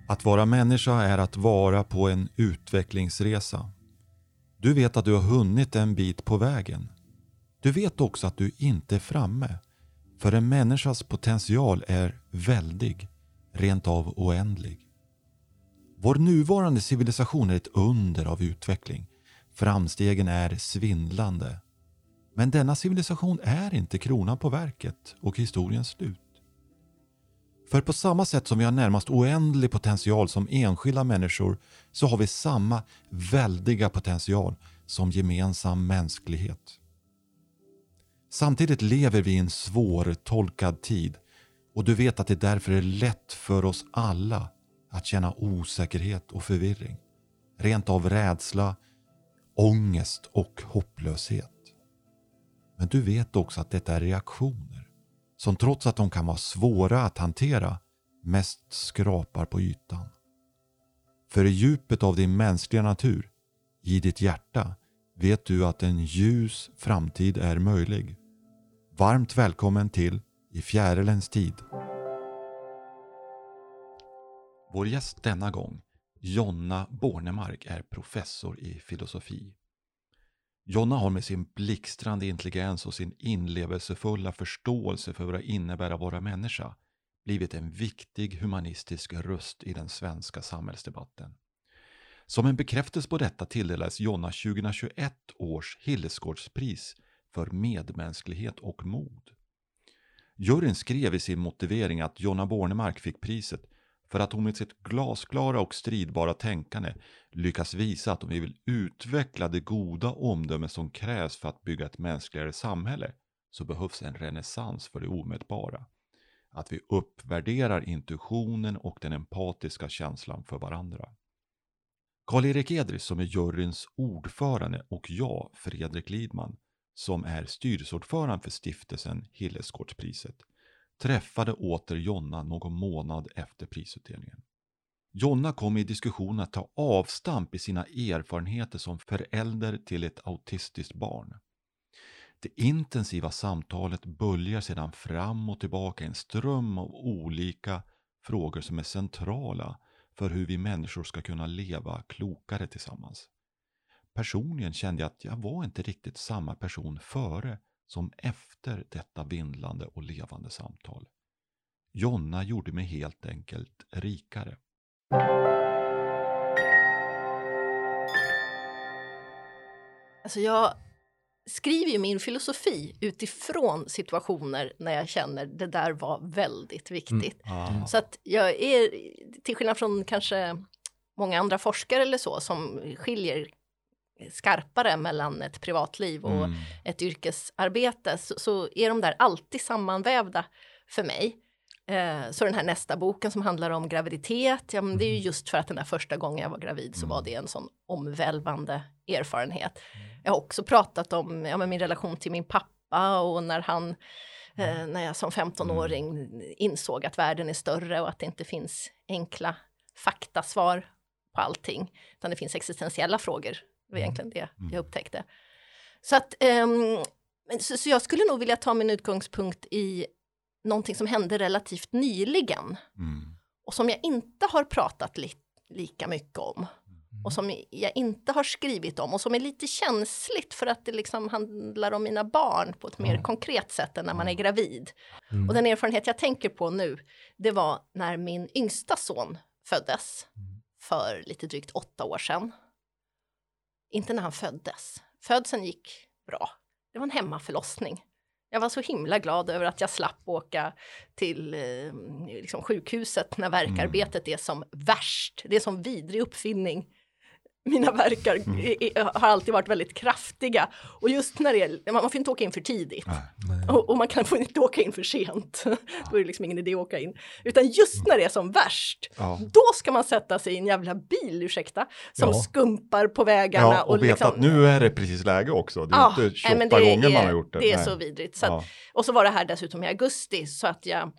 Att vara människa är att vara på en utvecklingsresa. Du vet att du har hunnit en bit på vägen. Du vet också att du inte är framme. För en människas potential är väldig, rent av oändlig. Vår nuvarande civilisation är ett under av utveckling. Framstegen är svindlande. Men denna civilisation är inte kronan på verket och historiens slut. För på samma sätt som vi har närmast oändlig potential som enskilda människor så har vi samma väldiga potential som gemensam mänsklighet. Samtidigt lever vi i en svårtolkad tid och du vet att det därför är lätt för oss alla att känna osäkerhet och förvirring. Rent av rädsla, ångest och hopplöshet. Men du vet också att detta är reaktioner som trots att de kan vara svåra att hantera mest skrapar på ytan. För i djupet av din mänskliga natur, i ditt hjärta, vet du att en ljus framtid är möjlig. Varmt välkommen till I fjärilens tid. Vår gäst denna gång, Jonna Bornemark, är professor i filosofi. Jonna har med sin blixtrande intelligens och sin inlevelsefulla förståelse för vad det innebär att vara människa blivit en viktig humanistisk röst i den svenska samhällsdebatten. Som en bekräftelse på detta tilldelades Jonna 2021 års Hillesgårdspris för medmänsklighet och mod. Juryn skrev i sin motivering att Jonna Bornemark fick priset för att hon med sitt glasklara och stridbara tänkande lyckas visa att om vi vill utveckla det goda omdöme som krävs för att bygga ett mänskligare samhälle så behövs en renässans för det omätbara. Att vi uppvärderar intuitionen och den empatiska känslan för varandra. Karl-Erik Edris som är juryns ordförande och jag, Fredrik Lidman, som är styrelseordförande för stiftelsen Hillesgårdspriset, träffade åter Jonna någon månad efter prisutdelningen. Jonna kom i diskussionen att ta avstamp i sina erfarenheter som förälder till ett autistiskt barn. Det intensiva samtalet böljar sedan fram och tillbaka i en ström av olika frågor som är centrala för hur vi människor ska kunna leva klokare tillsammans. Personligen kände jag att jag var inte riktigt samma person före som efter detta vindlande och levande samtal. Jonna gjorde mig helt enkelt rikare. Alltså jag skriver ju min filosofi utifrån situationer när jag känner det där var väldigt viktigt. Så att jag är, till skillnad från kanske många andra forskare eller så, som skiljer skarpare mellan ett privatliv och ett yrkesarbete, så är de där alltid sammanvävda för mig. Så den här nästa boken som handlar om graviditet, ja, men det är ju just för att den där första gången jag var gravid så var det en sån omvälvande erfarenhet. Jag har också pratat om min relation till min pappa och när han, när jag som 15-åring insåg att världen är större och att det inte finns enkla faktasvar på allting, utan det finns existentiella frågor. Det var egentligen det jag upptäckte. Så att så jag skulle nog vilja ta min utgångspunkt i någonting som hände relativt nyligen. Och som jag inte har pratat lika mycket om. Och som jag inte har skrivit om. Och som är lite känsligt för att det liksom handlar om mina barn på ett mer konkret sätt än när man är gravid. Och den erfarenhet jag tänker på nu, det var när min yngsta son föddes. För lite drygt 8 år sedan. Inte när han föddes. Födseln gick bra. Det var en hemmaförlossning. Jag var så himla glad över att jag slapp åka till liksom sjukhuset när värkarbetet är som värst. Det är som vidrig uppfinning. Mina värkar har alltid varit väldigt kraftiga. Och just när det är, man får inte åka in för tidigt. Och man kan inte åka in för sent. Då är det liksom ingen idé att åka in. Utan just när det är som värst. Då ska man sätta sig i en jävla bil, ursäkta. Som skumpar på vägarna. Ja, och veta liksom, att nu är det precis läge också. Det är inte 28 gånger man har gjort det. Det är så vidrigt. Så att, och så var det här dessutom i augusti. Så att jag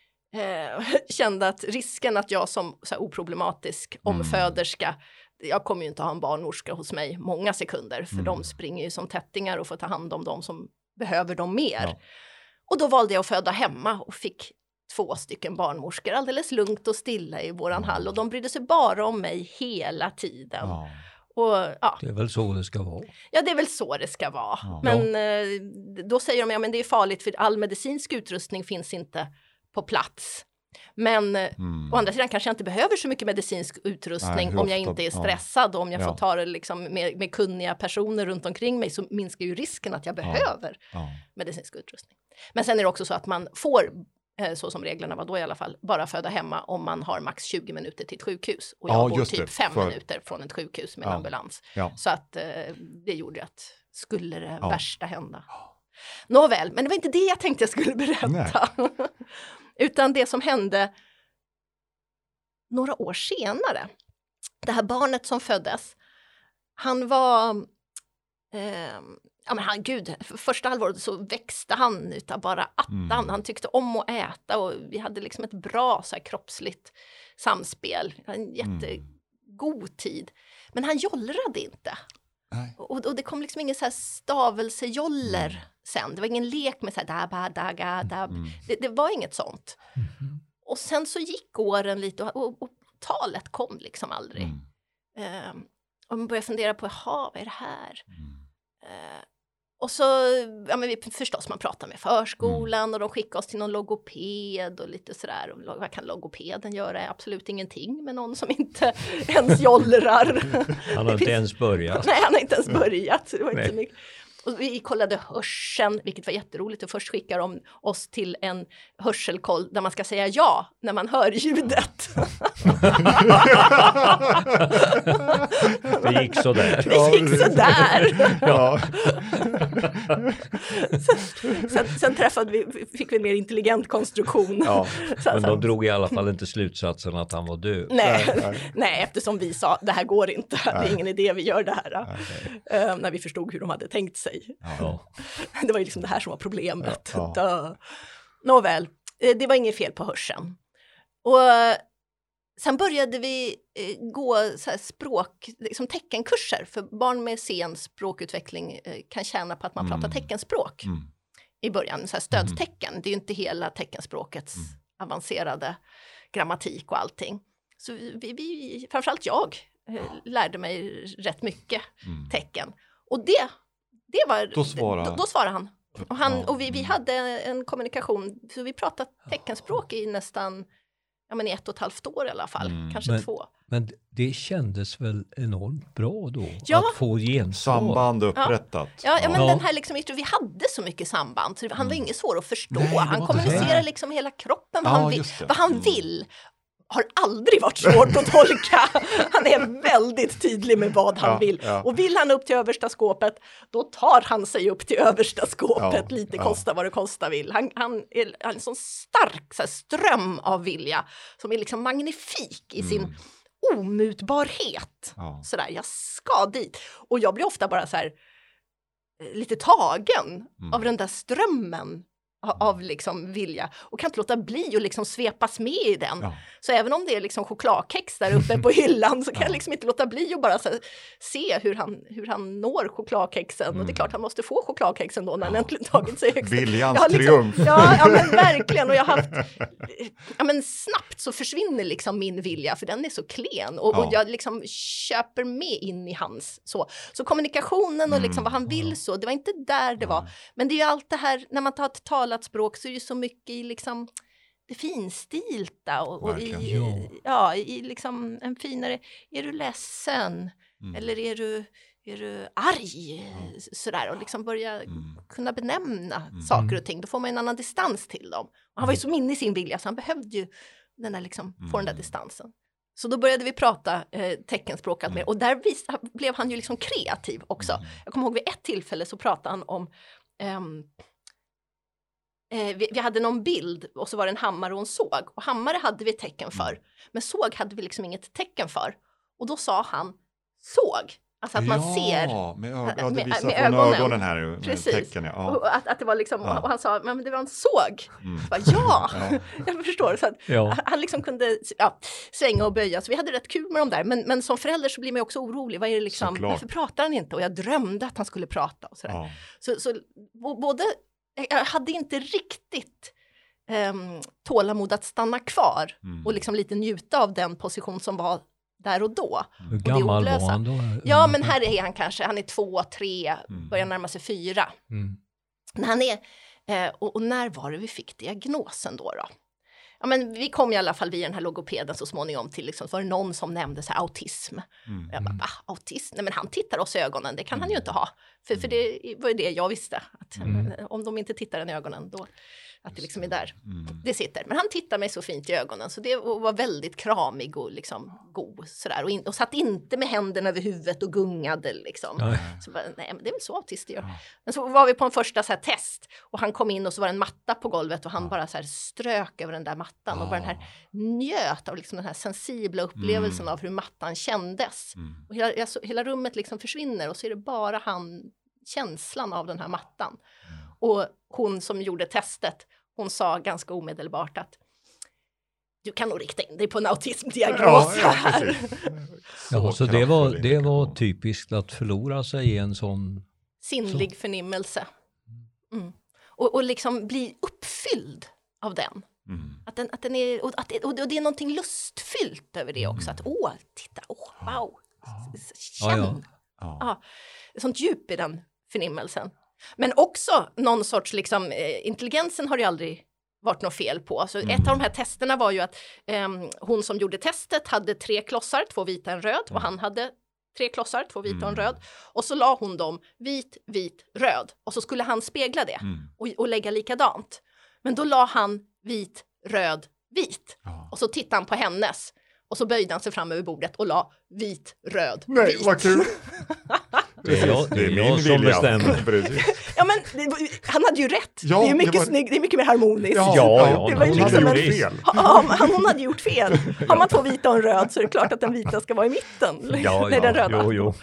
kände att risken att jag som så här oproblematisk omföderska, jag kommer ju inte ha en barnmorska hos mig många sekunder. För de springer ju som tättingar och får ta hand om dem som behöver dem mer. Och då valde jag att föda hemma och fick 2 stycken barnmorskor alldeles lugnt och stilla i våran hall. Och de brydde sig bara om mig hela tiden. Ja. Och, ja. Det är väl så det ska vara. Ja, det är väl så det ska vara. Ja. Men då säger de, ja men det är farligt för all medicinsk utrustning finns inte på plats. Men å andra sidan kanske jag inte behöver så mycket medicinsk utrustning om jag inte är stressad. Och om jag får ta det liksom med kunniga personer runt omkring mig så minskar ju risken att jag behöver medicinsk utrustning. Men sen är det också så att man får, så som reglerna var då i alla fall, bara föda hemma om man har max 20 minuter till ett sjukhus. Och jag bor typ 5 minuter från ett sjukhus med en ambulans. Ja. Så att det gjorde att skulle det värsta hända. Nåväl, men det var inte det jag tänkte jag skulle berätta. Utan det som hände några år senare. Det här barnet som föddes, han var... första halvåret så växte han utav bara attan. Han tyckte om att äta och vi hade liksom ett bra så här, kroppsligt samspel. En jättegod tid. Men han jollrade inte. Och det kom liksom ingen så här stavelsejoller sen. Det var ingen lek med så här daba, daga, dab. Det var inget sånt. Och sen så gick åren lite och talet kom liksom aldrig. Och man började fundera på, vad är det här? Och så, man pratar med förskolan och de skickar oss till någon logoped och lite sådär. Och vad kan logopeden göra? Absolut ingenting med någon som inte ens jollrar. Han har inte ens börjat. Nej, han har inte ens börjat. Så det var inte så mycket. Och vi kollade hörseln, vilket var jätteroligt. Och först skickar de oss till en hörselkoll där man ska säga ja när man hör ljudet. Det gick så där. Det gick så där. Ja. Sen fick vi en mer intelligent konstruktion. Ja. Men de drog i alla fall inte slutsatsen att han var död. Nej, eftersom vi sa det här går inte. Det är ingen idé vi gör det här. När vi förstod hur de hade tänkt sig. Ja. Det var ju liksom det här som var problemet. Ja. Nåväl, det var inget fel på hörseln. Och sen började vi gå så här liksom teckenkurser. För barn med sen språkutveckling kan tjäna på att man pratar teckenspråk. I början, så här stödtecken. Det är ju inte hela teckenspråkets avancerade grammatik och allting. Så vi framförallt jag, lärde mig rätt mycket tecken. Och det var... Då svarade han. Och vi hade en kommunikation, så vi pratade teckenspråk i nästan... i 1,5 år i alla fall, kanske 2. Men det kändes väl enormt bra då? Att få gensvar. Samband upprättat. Men den här liksom, vi hade så mycket samband, så han var inget svår att förstå. Nej, han kommunicerar liksom hela kroppen, vad han vill. Har aldrig varit svårt att tolka. Han är väldigt tydlig med vad han vill. Ja. Och vill han upp till översta skåpet, då tar han sig upp till översta skåpet. Lite kosta vad det kosta vill. Han är en sån stark så här, ström av vilja som är liksom magnifik i sin omutbarhet. Sådär, jag ska dit. Och jag blir ofta bara så här lite tagen av den där strömmen av liksom vilja och kan inte låta bli och liksom svepas med i den. Så även om det är liksom chokladkex där uppe på hyllan så kan jag liksom inte låta bli och bara så se hur han når chokladkexen. Och det är klart han måste få chokladkexen då när han äntligen tagit sig högst. Viljans triumf. Ja, men verkligen. Och jag har haft snabbt så försvinner liksom min vilja för den är så klen och jag liksom köper med in i hans så kommunikationen och liksom vad han vill så, det var inte där det var. Men det är ju allt det här, när man tar ett talat språk så är det ju så mycket i liksom det finstilta och i liksom en finare, är du ledsen eller är du arg sådär och liksom börja kunna benämna saker och ting, då får man en annan distans till dem. Och han var ju så inne i sin vilja så han behövde ju den där liksom, få den där distansen. Så då började vi prata teckenspråk allt mer och där blev han ju liksom kreativ också. Jag kommer ihåg vid ett tillfälle så pratade han om vi hade någon bild och så var det en hammare och en såg. Och hammare hade vi tecken för. Men såg hade vi liksom inget tecken för. Och då sa han såg. Alltså att man ser det visar med från ögonen här med tecken. Och att det var liksom, och han sa, men det var en såg. Jag förstår. Så att han liksom kunde svänga och böja. Så vi hade rätt kul med dem där. Men som förälder så blir man också orolig. Vad är det liksom, varför pratar han inte? Och jag drömde att han skulle prata och sådär. Så både... Jag hade inte riktigt tålamod att stanna kvar och liksom lite njuta av den position som var där och då. Hur gammal var han då? Ja, men här är han kanske, han är 2, 3, börjar närma sig 4. När han är, och när var det vi fick diagnosen då? Ja, men vi kom i alla fall via den här logopeden så småningom till liksom, var det någon som nämnde så här, autism. Jag bara, autism? Nej, men han tittar oss i ögonen, det kan han ju inte ha. För det var ju det jag visste, att om de inte tittar en i ögonen då, att det liksom är där det sitter. Men han tittar mig så fint i ögonen, så det var väldigt kramig och liksom god sådär. Och satt inte med händerna över huvudet och gungade liksom. Så bara, nej, men det är väl så autister gör. Men så var vi på en första så här test och han kom in och så var det en matta på golvet och han bara så här strök över den där mattan och bara den här njöt av liksom den här sensibla upplevelsen av hur mattan kändes. Och hela rummet liksom försvinner och så är det bara känslan av den här mattan. Och hon som gjorde testet, hon sa ganska omedelbart att du kan nog rikta in dig på en autismdiagnos här. Ja, så det var typiskt att förlora sig i en sån sinnlig förnimmelse. Och liksom bli uppfylld av den. Att den är, och det är någonting lustfyllt över det också. Att titta, wow. Känn. Sånt djup i den förnimmelsen. Men också någon sorts liksom, intelligensen har det aldrig varit något fel på. Så ett av de här testerna var ju att hon som gjorde testet hade 3 klossar, 2 vita, en röd. Och han hade 3 klossar, 2 vita och en röd. Och så la hon dem vit, röd. Och så skulle han spegla det och lägga likadant. Men då la han vit, röd, vit. Och så tittade han på hennes. Och så böjde han sig fram över bordet och la vit, röd, vit. Nej, vad kul! Det är jag som bestämmer. Ja, men han hade ju rätt. Ja, det är ju mycket snyggt, det är mycket mer harmoniskt. Ja, det var hon liksom hade gjort fel. Hon hade gjort fel. Har man 2 vita och en röd så är det klart att den vita ska vara i mitten. Den röda. Jo.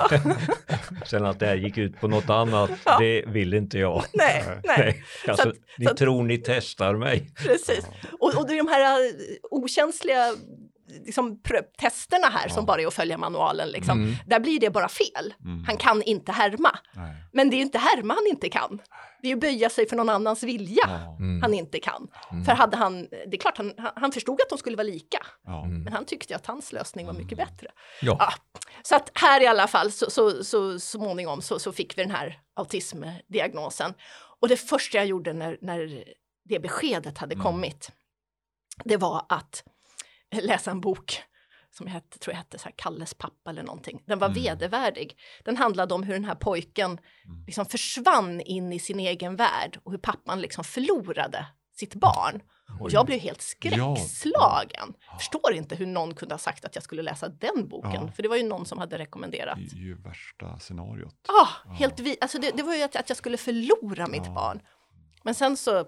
Sen att det här gick ut på något annat, det vill inte jag. Nej. Alltså, ni tror ni testar mig. Precis. Och det är de här okänsliga liksom testerna här som bara är att följa manualen liksom. Där blir det bara fel. Han kan inte härma. Men det är ju inte härma han inte kan. Det är ju böja sig för någon annans vilja han inte kan. För hade han, det är klart han förstod att de skulle vara lika. Men han tyckte att hans lösning var mycket bättre. Ja. Så att här i alla fall så småningom så fick vi den här autismdiagnosen. Och det första jag gjorde när det beskedet hade kommit, det var att läsa en bok som tror jag hette så här Kalles pappa eller någonting. Den var vedervärdig. Den handlade om hur den här pojken liksom försvann in i sin egen värld och hur pappan liksom förlorade sitt barn. Och jag blev helt skräckslagen. Förstår inte hur någon kunde ha sagt att jag skulle läsa den boken. För det var ju någon som hade rekommenderat. Det är ju värsta scenariot. Helt alltså det var ju att jag skulle förlora mitt barn. Men sen så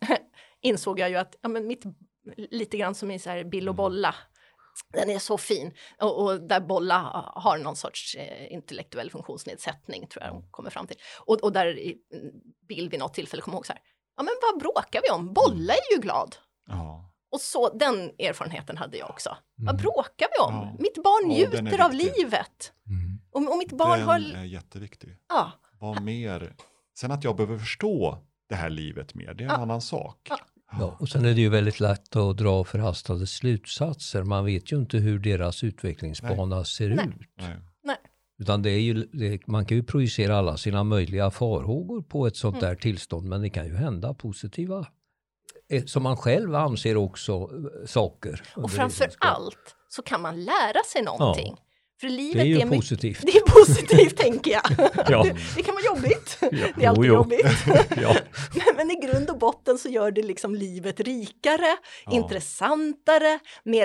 insåg jag ju att mitt lite grann som i så här Bill och Bolla. Den är så fin. Och där Bolla har någon sorts intellektuell funktionsnedsättning tror jag de kommer fram till. Och där Bill vid något tillfälle kommer ihåg så här. Ja, men vad bråkar vi om? Bolla är ju glad. Och så den erfarenheten hade jag också. Vad bråkar vi om? Mitt barn njuter av livet. Och mitt barn den är jätteviktig. Vad mer? Sen att jag behöver förstå det här livet mer, det är en annan sak. Ja, och sen är det ju väldigt lätt att dra förhastade slutsatser. Man vet ju inte hur deras utvecklingsbana ser ut. Nej. Utan man kan ju projicera alla sina möjliga farhågor på ett sånt där tillstånd. Men det kan ju hända positiva, som man själv anser också, saker. Och framför allt så kan man lära sig någonting. För livet det är ju positivt. Det är positivt tänker jag. Det kan vara jobbigt. Det är alltid jobbigt. Men i grund och botten så gör det liksom livet rikare, intressantare, mer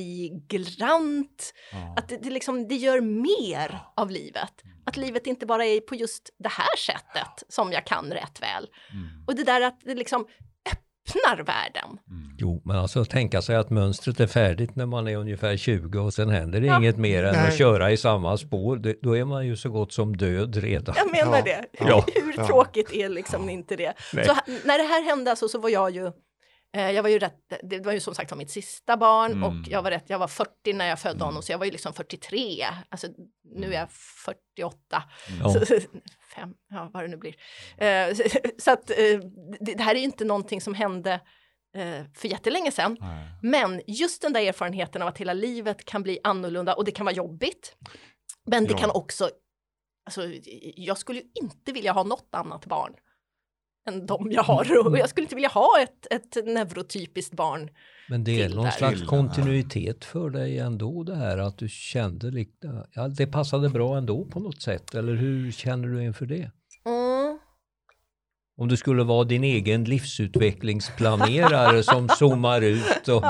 färggrant. Att det gör mer av livet. Att livet inte bara är på just det här sättet som jag kan rätt väl. Och det där att det liksom öppnar världen. Jo, men alltså tänka sig att mönstret är färdigt när man är ungefär 20 och sen händer det inget mer än att köra i samma spår. Då är man ju så gott som död redan. Jag menar det. Hur tråkigt är liksom inte det? Så när det här hände så var jag ju rätt, det var ju som sagt mitt sista barn och jag var 40 när jag födde honom så jag var ju liksom 43. Alltså nu är jag 48. Så, 5, vad det nu blir. Så att det här är ju inte någonting som hände för jättelänge sedan. Men just den där erfarenheten av att hela livet kan bli annorlunda och det kan vara jobbigt. Men det kan också, alltså, jag skulle ju inte vilja ha något annat barn än de jag har. Och jag skulle inte vilja ha ett neurotypiskt barn. Men det är någon slags kontinuitet för dig ändå, det här att du kände det passade bra ändå på något sätt. Eller hur känner du inför det? Om du skulle vara din egen livsutvecklingsplanerare som zoomar ut. Och,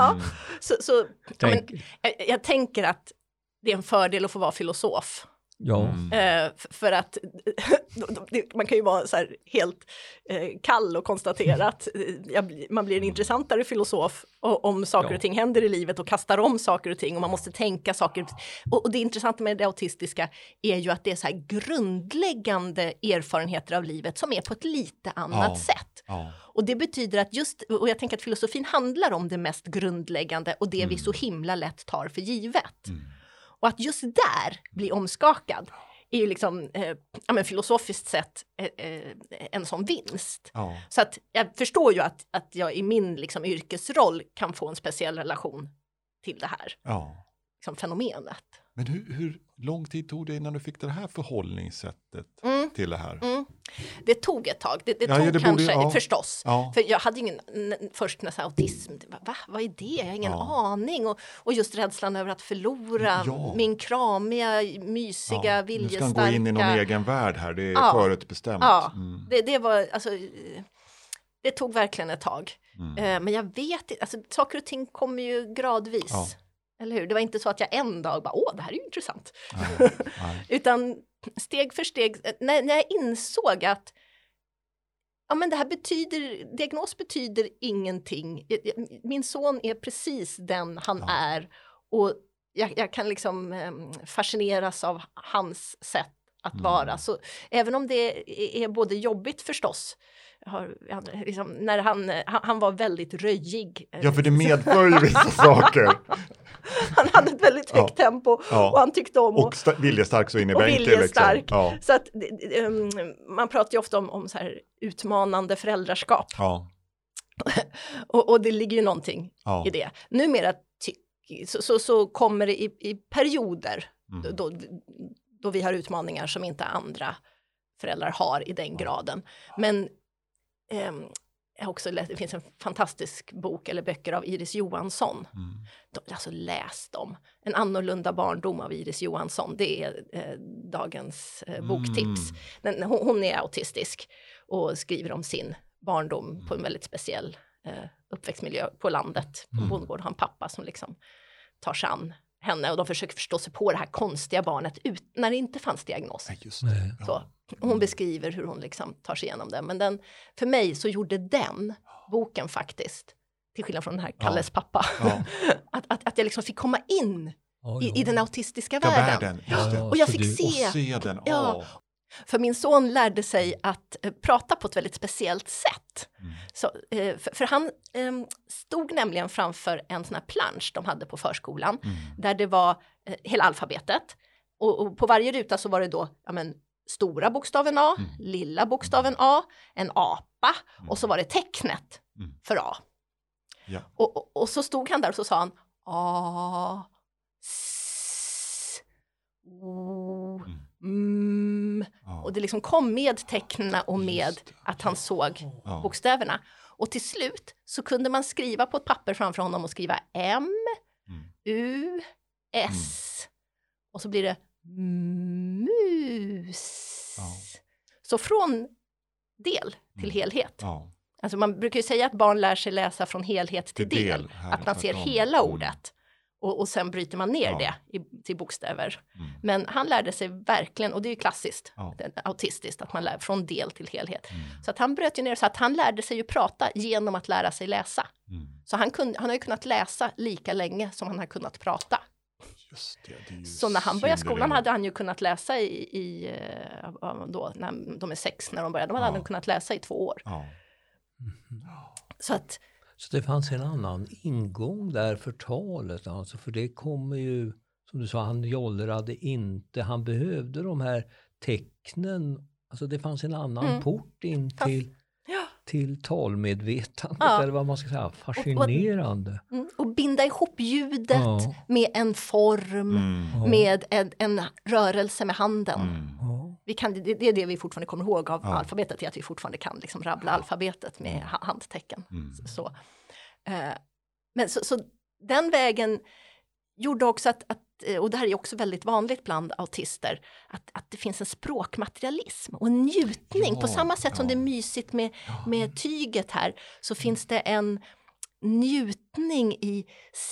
jag tänker att det är en fördel att få vara filosof. Ja. För att man kan ju vara så här helt kall och konstatera att man blir en intressantare filosof om saker och ting händer i livet och kastar om saker och ting och man måste tänka saker. Och det intressanta med det autistiska är ju att det är så här grundläggande erfarenheter av livet som är på ett lite annat sätt. Och det betyder att och jag tänker att filosofin handlar om det mest grundläggande och det vi så himla lätt tar för givet. Och att just där bli omskakad är ju liksom, filosofiskt sett en sån vinst. Så att jag förstår ju att jag i min liksom, yrkesroll kan få en speciell relation till det här liksom, fenomenet. Men hur lång tid tog det innan du fick det här förhållningssättet till det här? Det tog ett tag. Det tog kanske, förstås. För jag hade ingen först nästan autism. Vad är det? Jag har ingen aning. Och just rädslan över att förlora min kramiga, mysiga, viljestarka. Nu ska han gå in i någon egen värld här. Det är förutbestämt. Det var, alltså, det tog verkligen ett tag. Men jag vet inte, alltså, saker och ting kommer ju gradvis. Eller hur? Det var inte så att jag en dag bara, det här är ju intressant. Utan steg för steg, när jag insåg att det här diagnos betyder ingenting. Min son är precis den han är. Och jag kan liksom fascineras av hans sätt att vara. Så även om det är både jobbigt förstås, när han var väldigt röjig. Ja, för det medför ju vissa saker. Han hade ett väldigt högt tempo och han tyckte om och viljestark så in i bänken. Liksom. Så att man pratar ju ofta om så här utmanande föräldraskap. Och det ligger ju någonting i det. Numera så kommer det i perioder då vi har utmaningar som inte andra föräldrar har i den graden. Men jag har också läst, det finns en fantastisk bok eller böcker av Iris Johansson. Jag har alltså läst dem. En annorlunda barndom av Iris Johansson. Det är dagens boktips. Hon är autistisk och skriver om sin barndom på en väldigt speciell uppväxtmiljö på landet. På bondgård har en pappa som liksom tar sig an henne och de försöker förstå sig på det här konstiga barnet när det inte fanns diagnos. Så hon beskriver hur hon liksom tar sig igenom det. Men för mig så gjorde den boken faktiskt, till skillnad från den här Kalles pappa, att jag liksom fick komma in i den autistiska världen. Och jag fick se den. För min son lärde sig att prata på ett väldigt speciellt sätt. Så, för han stod nämligen framför en sån här plansch de hade på förskolan. Där det var hela alfabetet. Och på varje ruta så var det då stora bokstaven A, lilla bokstaven A, en apa. Och så var det tecknet för A. Och så stod han där och så sa han A, S, O, och det liksom kom med tecknen och med att han såg bokstäverna. Och till slut så kunde man skriva på ett papper framför honom och skriva M, U, S. Och så blir det mus. Så från del till helhet. Alltså man brukar ju säga att barn lär sig läsa från helhet till del. Att man ser hela ordet. Och sen bryter man ner det till bokstäver. Men han lärde sig verkligen, och det är ju klassiskt, autistiskt, att man lär från del till helhet. Så att han bröt ju ner, så att han lärde sig ju prata genom att lära sig läsa. Så han har ju kunnat läsa lika länge som han har kunnat prata. Just det, så när han började skolan hade han ju kunnat läsa då, när de är 6 när de började, hade han kunnat läsa i 2 år. Så det fanns en annan ingång där för talet, alltså, för det kommer ju, som du sa, han jollrade inte, han behövde de här tecknen, alltså det fanns en annan port in till. till talmedvetandet, eller vad man ska säga, fascinerande. Och binda ihop ljudet med en form, med en rörelse med handen. Det är det vi fortfarande kommer ihåg av alfabetet, är att vi fortfarande kan liksom rabbla alfabetet med handtecken. Så. Men så den vägen gjorde också att, och det här är också väldigt vanligt bland autister, att det finns en språkmaterialism och en njutning. På samma sätt som det är mysigt med tyget här, så finns det en njutning i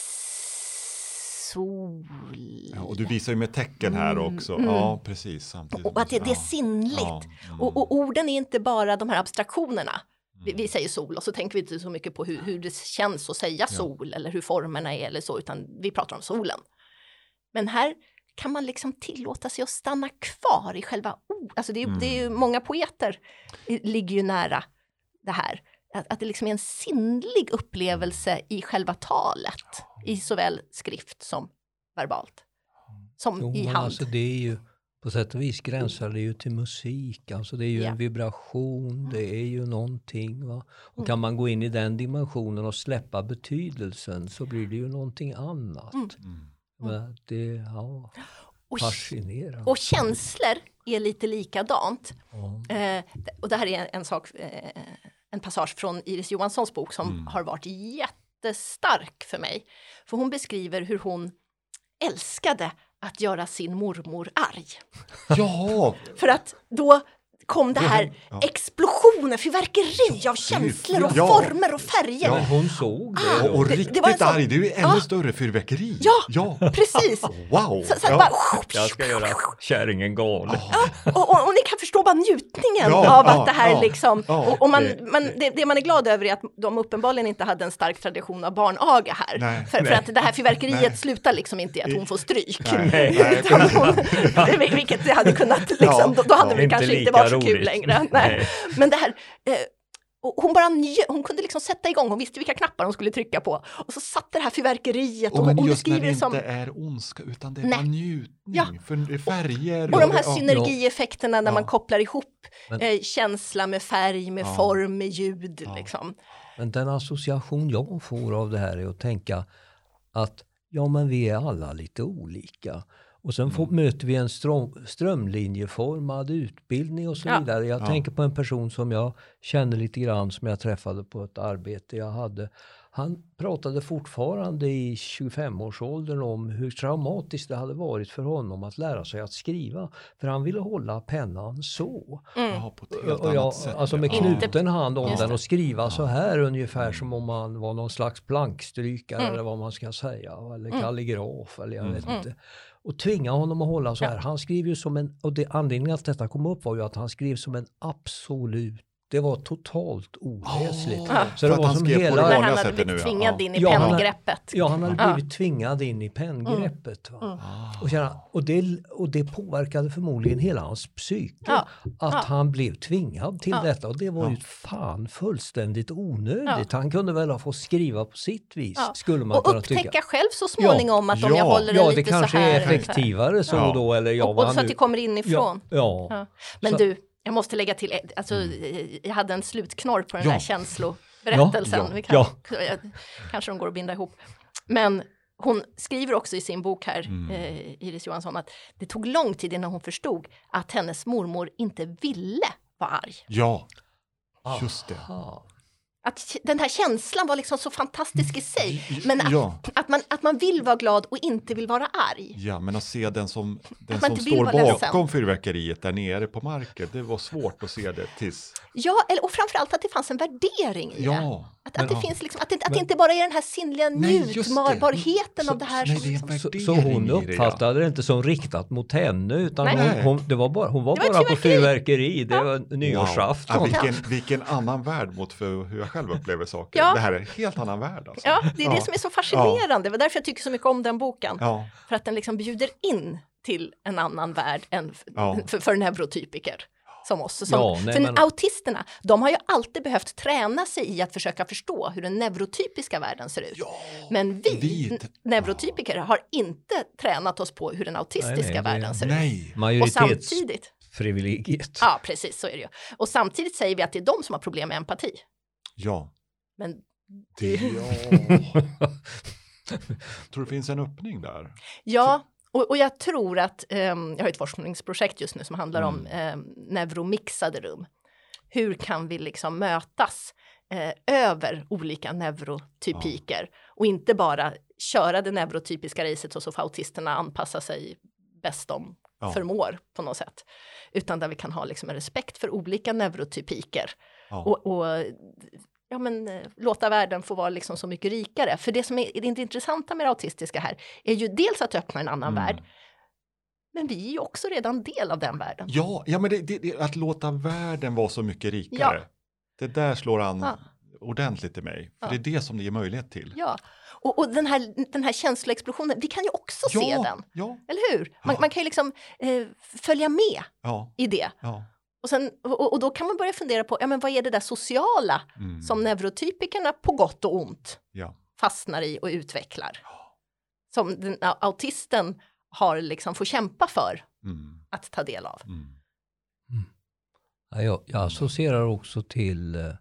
sol. Ja, och du visar ju med tecken här också. Ja, precis. Samtidigt. Och att det är sinnligt. Och orden är inte bara de här abstraktionerna. Vi säger sol och så tänker vi inte så mycket på hur det känns att säga sol eller hur formerna är eller så, utan vi pratar om solen. Men här kan man liksom tillåta sig att stanna kvar i själva alltså det är ju många poeter ligger ju nära det här. Att det liksom är en sinnlig upplevelse i själva talet, i såväl skrift som verbalt, som i hand. Alltså det är ju på sätt och vis gränsar det ju till musik. Alltså det är ju en vibration, det är ju någonting. Va? Och kan man gå in i den dimensionen och släppa betydelsen, så blir det ju någonting annat. Men det är fascinerande. Och känslor är lite likadant. Och det här är en passage från Iris Johanssons bok som har varit jättestark för mig. För hon beskriver hur hon älskade att göra sin mormor arg. Ja! För att då kom det här explosionen, fyrverkeri av känslor och former och färger. Ja, hon såg det. Och riktigt arg, det är ju ännu större fyrverkeri. Ja, precis. Wow. Så bara, jag ska göra kärringen galen. Och ni kan förstå bara njutningen av att det här liksom... Och det man är glad över är att de uppenbarligen inte hade en stark tradition av barnaga här. För att det här fyrverkeriet slutar liksom inte i att hon får stryk. Vilket det hade kunnat liksom... Då hade det kanske inte varit så kul längre. Nej. Men det här... Hon kunde liksom sätta igång, hon visste vilka knappar hon skulle trycka på. Och så satt det här fyrverkeriet. Och men just när det inte är ondska, utan det är bara njutning. För färger. Och de här synergieffekterna när man kopplar ihop känsla med färg, med form, med ljud. Liksom. Men den association jag får av det här är att tänka att men vi är alla lite olika. Och sen möter vi en strömlinjeformad utbildning och så vidare. Jag tänker på en person som jag känner lite grann, som jag träffade på ett arbete jag hade. Han pratade fortfarande i 25-årsåldern om hur traumatiskt det hade varit för honom att lära sig att skriva. För han ville hålla pennan så. På ett helt annat sätt. Alltså med knuten hand om den och skriva så här ungefär som om man var någon slags plankstrykare eller vad man ska säga. Eller kalligraf eller jag vet inte. Och tvinga honom att hålla så här. Han skrev ju som anledningen att detta kom upp var ju att han skrev som en absolut. Det var totalt oläsligt. Så det var som hela... När han hade blivit tvingad in i penngreppet. Han hade blivit tvingad in i penngreppet. Och det påverkade förmodligen hela hans psyke. Att han blev tvingad till detta. Och det var ju fullständigt onödigt. Han kunde väl ha fått skriva på sitt vis. Skulle man kunna tycka. Och upptäcka själv så småningom att om jag håller det lite så här. Ja, det kanske är effektivare så då. Eller och så att det kommer inifrån. Men du... Jag måste lägga till, alltså, jag hade en slutknorr på den här känsloberättelsen. Kanske de går att binda ihop. Men hon skriver också i sin bok här, Iris Johansson, att det tog lång tid innan hon förstod att hennes mormor inte ville vara arg. Ja, just det. Att den här känslan var liksom så fantastisk i sig. Men att man vill vara glad och inte vill vara arg. Ja, men att se den som står bakom fyrverkeriet där nere på marken. Det var svårt att se det tills... Ja, och framförallt att det fanns en värdering i det. Att det finns liksom, att det inte bara är den här sinnliga njutbarheten av det här. Så hon uppfattade det inte som riktat mot henne, utan hon var bara på fyrverkeri. Det var nyårsafton. Vilken annan värld mot hur jag själv upplever saker. Det här är en helt annan värld. Alltså. Ja, det är det som är så fascinerande. Det var därför jag tycker så mycket om den boken. För att den liksom bjuder in till en annan värld än för neurotypiker. Som oss. För autisterna, de har ju alltid behövt träna sig i att försöka förstå hur den neurotypiska världen ser ut. Men vi neurotypiker har inte tränat oss på hur den autistiska världen ser ut. Och samtidigt... privilegiet. Ja, precis, så är det ju. Och samtidigt säger vi att det är de som har problem med empati. Ja. Men Tror det finns en öppning där? Ja, och jag tror att jag har ett forskningsprojekt just nu som handlar om neuromixade rum. Hur kan vi liksom mötas över olika neurotypiker och inte bara köra det neurotypiska racet och så får autisterna anpassa sig bäst de förmår på något sätt. Utan där vi kan ha liksom en respekt för olika neurotypiker och låta världen få vara liksom så mycket rikare. För det som är det intressanta med det autistiska här är ju dels att öppna en annan värld. Men vi är ju också redan del av den världen. Ja men det, att låta världen vara så mycket rikare. Ja. Det där slår an ordentligt i mig. För det är det som det ger möjlighet till. Ja, och den här känsloexplosionen, vi kan ju också se den. Ja. Eller hur? Man kan ju liksom följa med i det. Ja. Och då kan man börja fundera på, men vad är det där sociala som neurotypikerna på gott och ont fastnar i och utvecklar? Som den autisten har liksom får kämpa för att ta del av. Ja, jag associerar också till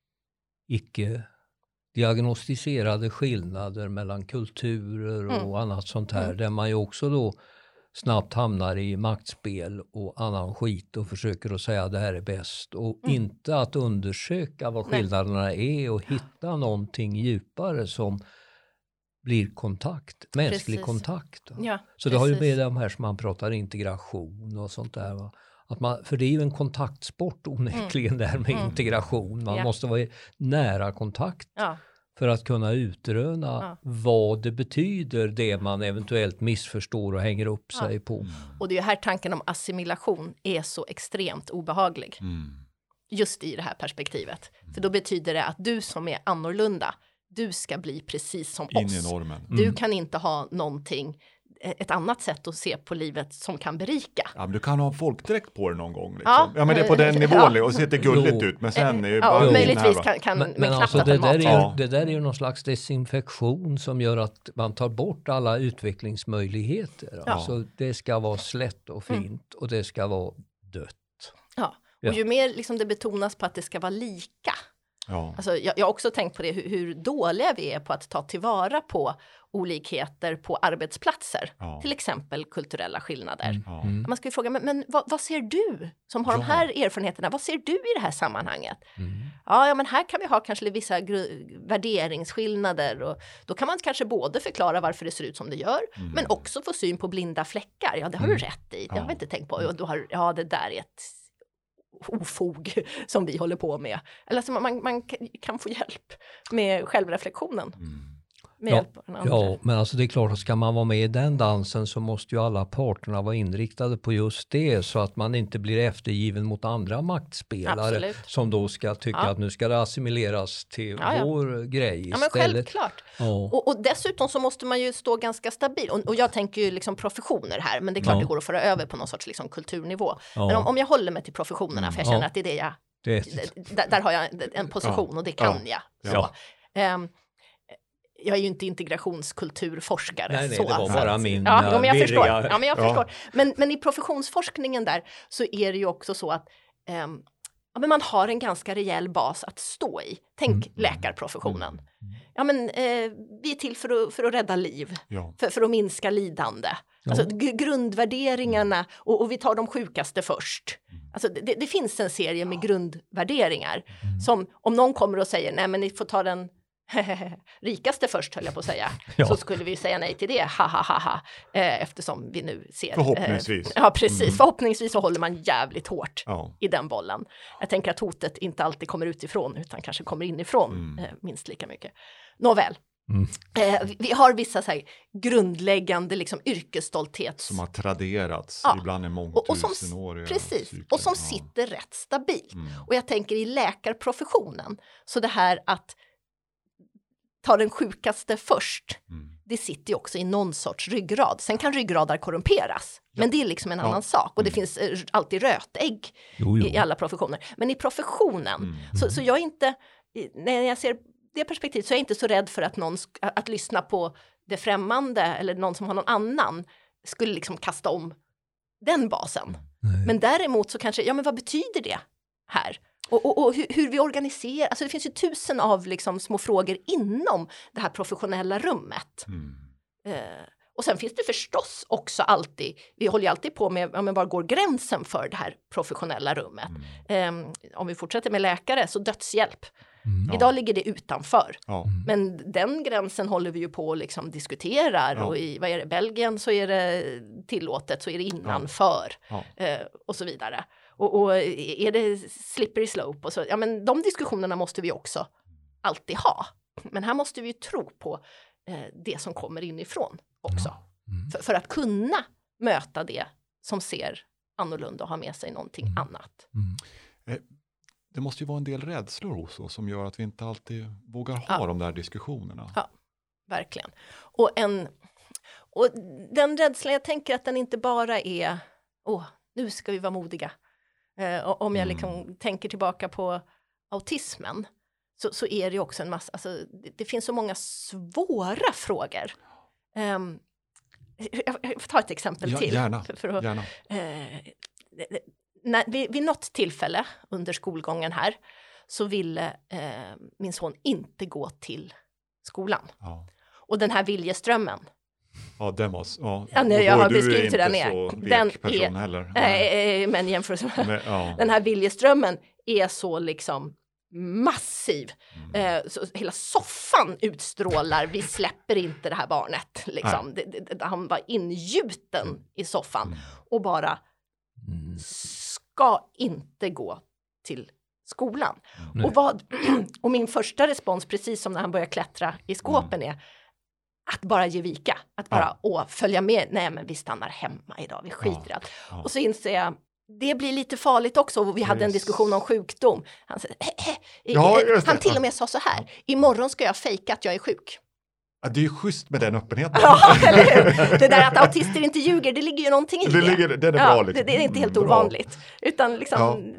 icke-diagnostiserade skillnader mellan kulturer och annat sånt här. Där man ju också då snabbt hamnar i maktspel och annan skit och försöker att säga att det här är bäst. Och inte att undersöka vad skillnaderna är och hitta någonting djupare som blir kontakt, mänsklig kontakt. Ja, så det har ju med de här som man pratar integration och sånt där. Va? För det är ju en kontaktsport onekligen där med integration. Man måste vara i nära kontakt för att kunna utröna vad det betyder, det man eventuellt missförstår och hänger upp sig på. Och det är ju här tanken om assimilation är så extremt obehaglig. Just i det här perspektivet. För då betyder det att du som är annorlunda, du ska bli precis som oss. In i normen. Du kan inte ha ett annat sätt att se på livet som kan berika. Ja, men du kan ha en folkdräkt på det någon gång. Liksom. Ja, men det är på den nivån och ser det gulligt ut. Men sen är ju bara möjligtvis kan men alltså det där är ju någon slags desinfektion som gör att man tar bort alla utvecklingsmöjligheter. Alltså det ska vara slätt och fint och det ska vara dött. Ja, och ju mer liksom det betonas på att det ska vara lika. Ja. Alltså, jag har också tänkt på det, hur dåliga vi är på att ta tillvara på olikheter på arbetsplatser. Till exempel kulturella skillnader. Man ska ju fråga, men vad ser du som har de här erfarenheterna? Vad ser du i det här sammanhanget? Ja, men här kan vi ha kanske vissa värderingsskillnader. Och då kan man kanske både förklara varför det ser ut som det gör, men också få syn på blinda fläckar. Ja, det har du rätt i. Det har vi inte tänkt på. Och då det där är ett ofog som vi håller på med. Eller alltså man kan få hjälp med självreflektionen. Med hjälp av den andra. Ja, men alltså det är klart att ska man vara med i den dansen så måste ju alla parterna vara inriktade på just det så att man inte blir eftergiven mot andra maktspelare som då ska tycka att nu ska det assimileras till vår grej istället. Ja, men självklart. Och dessutom så måste man ju stå ganska stabil. Och jag tänker ju liksom professioner här, men det är klart det går att föra över på någon sorts liksom kulturnivå. Men om jag håller mig till professionerna, för jag känner att det är det där har jag en position och det kan jag. Så. Jag är ju inte integrationskulturforskare. Nej, det var bara min men jag förstår. Ja, men jag förstår. Men i professionsforskningen där så är det ju också så att men man har en ganska rejäl bas att stå i. Tänk läkarprofessionen. Ja, men vi är till för att rädda liv. För att minska lidande. Alltså grundvärderingarna och vi tar de sjukaste först. Alltså det finns en serie med grundvärderingar som om någon kommer och säger nej men ni får ta den rikaste först höll jag på att säga. Så skulle vi säga nej till det. Eftersom vi nu ser. Förhoppningsvis. Ja, precis. Förhoppningsvis så håller man jävligt hårt i den bollen. Jag tänker att hotet inte alltid kommer utifrån utan kanske kommer inifrån minst lika mycket. Nåväl. Vi har vissa så här grundläggande liksom yrkesstolthet som har traderats ibland i mångtusenåriga precis, cykler. Och som sitter rätt stabilt. Och jag tänker i läkarprofessionen så det här att ta den sjukaste först. Det sitter ju också i någon sorts ryggrad. Sen kan ryggradar korrumperas. Men det är liksom en annan sak. Och det finns alltid rötägg i alla professioner. Men i professionen så jag är inte, när jag ser det perspektivet så är jag inte så rädd för att någon att lyssna på det främmande eller någon som har någon annan skulle liksom kasta om den basen. Men däremot så kanske, men vad betyder det här? Och hur vi organiserar, alltså det finns ju 1000 av liksom små frågor inom det här professionella rummet. Och sen finns det förstås också alltid, vi håller ju alltid på med, var går gränsen för det här professionella rummet? Om vi fortsätter med läkare, så dödshjälp. Idag ligger det utanför. Men den gränsen håller vi ju på och liksom diskuterar. Och i, vad är det, Belgien så är det tillåtet, så är det innanför. Och så vidare. Och är det slippery slope? Och så, men de diskussionerna måste vi också alltid ha. Men här måste vi ju tro på det som kommer inifrån också. För att kunna möta det som ser annorlunda och ha med sig någonting annat. Det måste ju vara en del rädslor hos oss som gör att vi inte alltid vågar ha de där diskussionerna. Ja, verkligen. Och den rädslan, jag tänker att den inte bara är nu ska vi vara modiga. Om jag liksom tänker tillbaka på autismen, så är det också en massa, alltså, det finns så många svåra frågor. Jag får ta ett exempel till. Gärna. Gärna. Vid något tillfälle under skolgången här så ville min son inte gå till skolan. Och den här viljeströmmen. Ja, den var... jag har beskrivit hur den är. Den person heller. Men jämfört med den här viljeströmmen är så liksom massiv. Så hela soffan utstrålar, vi släpper inte det här barnet. Liksom. Han var ingjuten i soffan och bara ska inte gå till skolan. Och min första respons, precis som när han börjar klättra i skåpen, är att bara ge vika. Att bara följa med. Nej, men vi stannar hemma idag. Vi skiter i allt. Och så inser jag, det blir lite farligt också. Och vi hade en diskussion om sjukdom. Han han till och med sa så här: imorgon ska jag fejka att jag är sjuk. Ja, det är ju schysst med den öppenheten. Det där att autister inte ljuger, det ligger ju någonting i det. Det är bra. Liksom. Det är inte helt ovanligt. Utan liksom...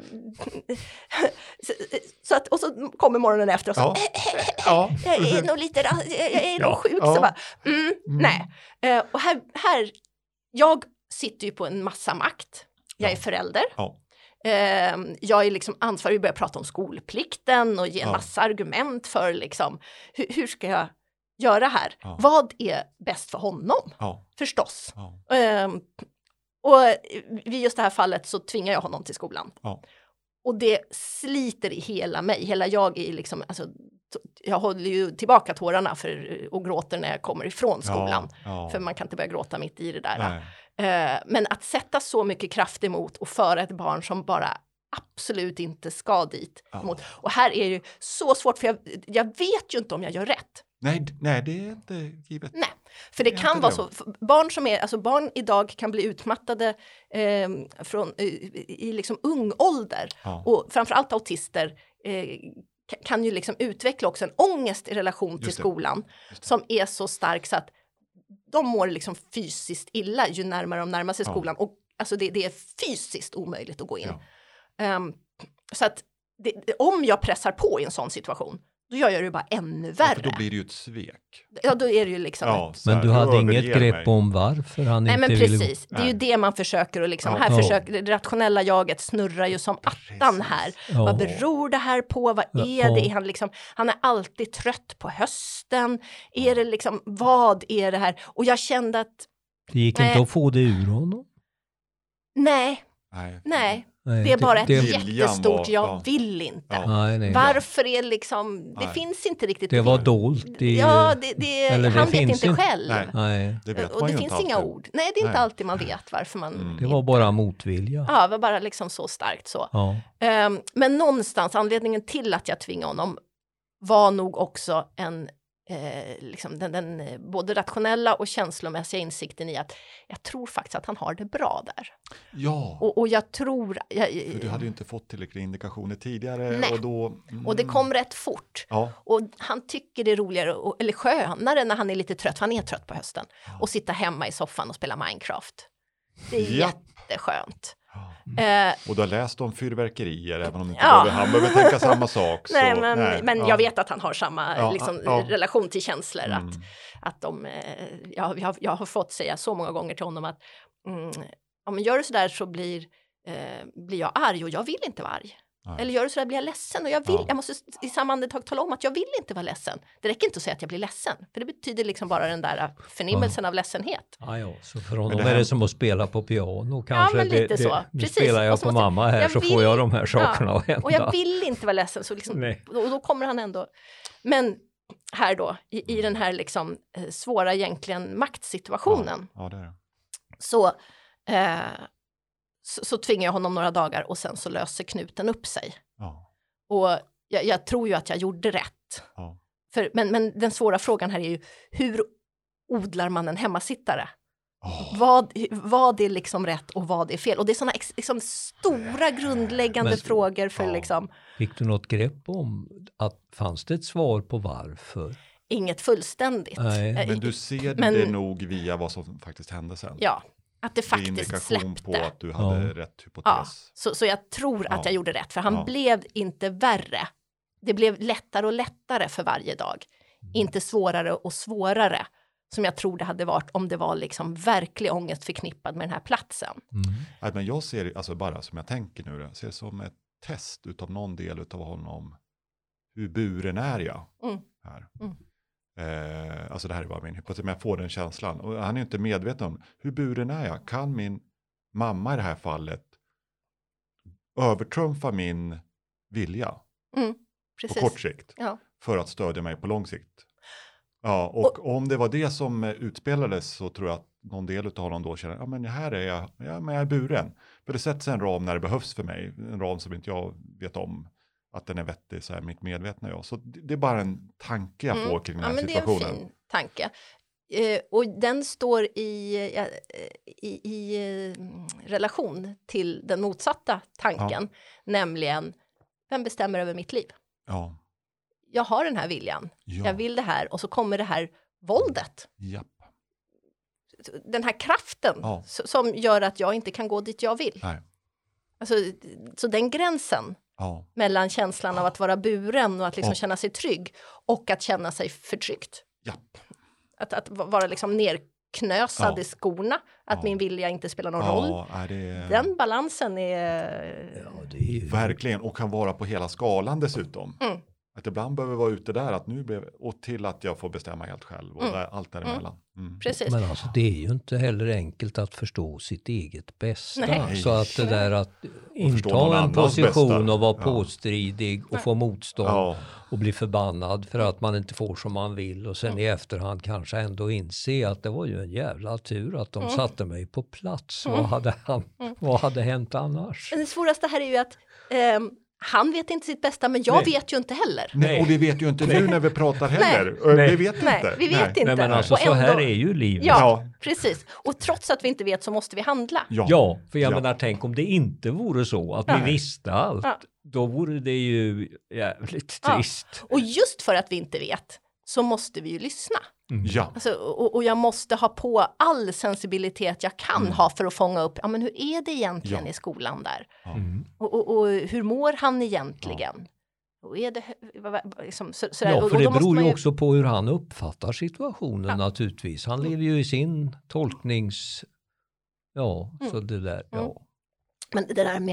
Så att, och så kommer morgonen efter och så... Jag är nog lite... Jag är nog sjuk. Så bara, nej. Och här... Jag sitter ju på en massa makt. Jag är förälder. Jag är liksom ansvarig. Vi börjar prata om skolplikten och ge en massa argument för liksom... Hur ska jag göra här? Vad är bäst för honom? Förstås. Och vid just det här fallet så tvingar jag honom till skolan. Och det sliter i hela mig. Hela jag är liksom, alltså, jag håller ju tillbaka tårarna och gråter när jag kommer ifrån skolan. För man kan inte börja gråta mitt i det där. Men att sätta så mycket kraft emot och föra ett barn som bara absolut inte ska dit. Och här är det ju så svårt, för jag vet ju inte om jag gör rätt. Nej, det är inte givet. Nej, för det kan vara så. Barn idag kan bli utmattade i liksom ung ålder. Och framförallt autister kan ju liksom utveckla också en ångest i relation till skolan. Som är så stark så att de mår liksom fysiskt illa ju närmare de närmar sig skolan. Och alltså det är fysiskt omöjligt att gå in. Så att om jag pressar på i en sån situation, då gör jag det bara ännu värre. För då blir det ju ett svek. Ja, då är det ju liksom... Men du hade inget grepp om varför han inte ville... Nej, men precis. Det är ju det man försöker att liksom... Försöker, det rationella jaget snurrar ju som attan här. Vad beror det här på? Vad är det? Han, liksom, han är alltid trött på hösten. Är det liksom... Vad är det här? Och jag kände att... Det gick inte att få det ur honom? Nej. Det är bara ett jättestort, jag vill inte. Varför är liksom, det finns inte riktigt. Det var dolt. Han vet inte själv. Och det finns inga ord. Nej, det är inte alltid man vet varför man... Det var bara motvilja. Ja, det var bara liksom så starkt så. Men någonstans, anledningen till att jag tvingade honom var nog också liksom den både rationella och känslomässiga insikten i att jag tror faktiskt att han har det bra där. Och jag tror... För du hade ju inte fått tillräckliga indikationer tidigare. Nej. Och det kom rätt fort. Och han tycker det är roligare eller skönare när han är lite trött. Han är trött på hösten. Och sitta hemma i soffan och spela Minecraft. Det är jätteskönt. Och du har läst om fyrverkerier, även om inte han behöver tänka samma sak. Men jag vet att han har samma relation till känslor. Att de, jag har fått säga så många gånger till honom att om man gör det sådär så blir jag arg och jag vill inte vara arg. Nej. Eller gör det sådär blir jag ledsen och jag måste i samma andetag tala om att jag vill inte vara ledsen. Det räcker inte att säga att jag blir ledsen. För det betyder liksom bara den där förnimmelsen av ledsenhet. Ja, så för honom är det som att spela på piano kanske. Ja, men lite så. Nu Precis. spelar jag på mamma här så får jag de här sakerna att hända. Och jag vill inte vara ledsen. Så liksom, och då kommer han ändå. Men här då, i den här liksom svåra egentligen maktsituationen. Ja, det är det. Så tvingar jag honom några dagar och sen så löser knuten upp sig. Ja. Och jag tror ju att jag gjorde rätt. Ja. Men den svåra frågan här är ju, hur odlar man en hemmasittare? Vad är liksom rätt och vad är fel? Och det är sådana liksom stora grundläggande frågor för liksom... Fick du något grepp om att fanns det ett svar på varför? Inget fullständigt. Nej. Men du ser det nog via vad som faktiskt hände sen. Ja, att det faktiskt indikation släppte. på att du hade rätt hypotes. Ja, så jag tror att jag gjorde rätt. För han blev inte värre. Det blev lättare och lättare för varje dag. Inte svårare och svårare. Som jag tror det hade varit om det var liksom verklig ångest förknippad med den här platsen. Nej, men jag ser det, alltså bara som jag tänker nu, jag ser det som ett test utav någon del utav honom. Hur buren är jag här? Alltså det här är bara min hypotes, men jag får den känslan. Och han är inte medveten om hur buren är jag. Kan min mamma i det här fallet övertrumfa min vilja Precis. på kort sikt för att stödja mig på lång sikt? Ja, och om det var det som utspelades så tror jag att någon del av honom då känner, ja men här är jag, men jag är buren. För det sätts en ram när det behövs för mig, en ram som inte jag vet om att den är vettig, så är mitt medvetna jag. Så det är bara en tanke jag får kring den här situationen. Det är en fin tanke. Och den står i relation till den motsatta tanken, nämligen, vem bestämmer över mitt liv? Ja. Jag har den här viljan. Ja. Jag vill det här. Och så kommer det här våldet. Japp. Den här kraften som gör att jag inte kan gå dit jag vill. Nej. Alltså, så den gränsen mellan känslan av att vara buren och att liksom känna sig trygg och att känna sig förtryckt. Japp. Att vara liksom nerknösad i skorna. Att min vilja inte spelar någon roll. Den balansen är... Verkligen. Och kan vara på hela skalan dessutom. Att ibland behöver vara ute där och till att jag får bestämma helt själv och allt däremellan. Precis. Men alltså det är ju inte heller enkelt att förstå sitt eget bästa. Nej. Så att det där att inta en position och vara påstridig och få motstånd och bli förbannad för att man inte får som man vill och sen i efterhand kanske ändå inse att det var ju en jävla tur att de satte mig på plats. Vad hade hänt annars? Det svåraste här är ju att han vet inte sitt bästa, men jag vet ju inte heller. Nej, och vi vet ju inte nu när vi pratar heller. Vi vet inte. Vi vet inte. Nej, men alltså så här är ju livet. Ja, precis. Och trots att vi inte vet så måste vi handla. Ja, för jag menar, tänk om det inte vore så att vi visste allt. Då vore det ju jävligt trist. Och just för att vi inte vet så måste vi ju lyssna. Ja. Alltså, och jag måste ha på all sensibilitet jag kan ha för att fånga upp, men hur är det egentligen i skolan där? Och hur mår han egentligen? Och är det liksom, för det beror ju också på hur han uppfattar situationen naturligtvis. Han lever ju i sin tolknings... så det där, Men det där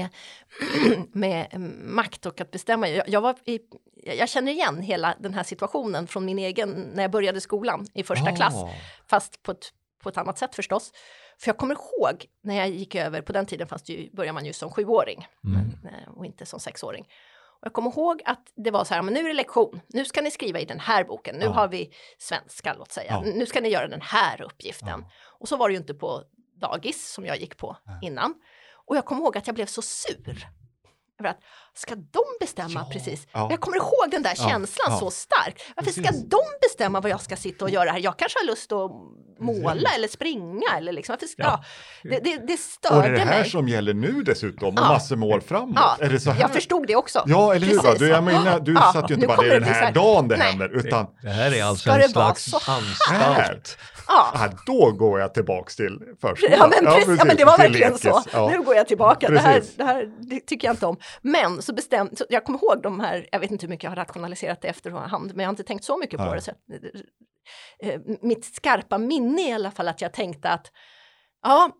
med makt och att bestämma. Jag känner igen hela den här situationen från min egen, när jag började skolan i första klass. Fast på ett annat sätt förstås. För jag kommer ihåg när jag gick över, på den tiden började man ju som 7-åring. Och inte som 6-åring. Och jag kommer ihåg att det var så här, men nu är det lektion. Nu ska ni skriva i den här boken. Nu har vi svenska, låt säga. Nu ska ni göra den här uppgiften. Och så var det ju inte på dagis som jag gick på innan. Och jag kommer ihåg att jag blev så sur. Över att, ska de bestämma precis? Jag kommer ihåg den där känslan så starkt. Varför ska de bestämma vad jag ska sitta och göra här? Jag kanske har lust att måla eller springa. Eller liksom. Det störde mig. Och det här som gäller nu dessutom. Och massor mål framåt. Är det så här? Jag förstod det också. Ja, eller hur? Du satt ju inte bara, det är den här dagen det händer. Utan, det här är alltså en slags anstalt. Då går jag tillbaks till förskolan. Ja, men det var verkligen så. Nu går jag tillbaka. Det här tycker jag inte om. Men så jag kommer ihåg de här, jag vet inte hur mycket jag har rationaliserat det efterhand, men jag har inte tänkt så mycket på det. Så, mitt skarpa minne i alla fall, att jag tänkte att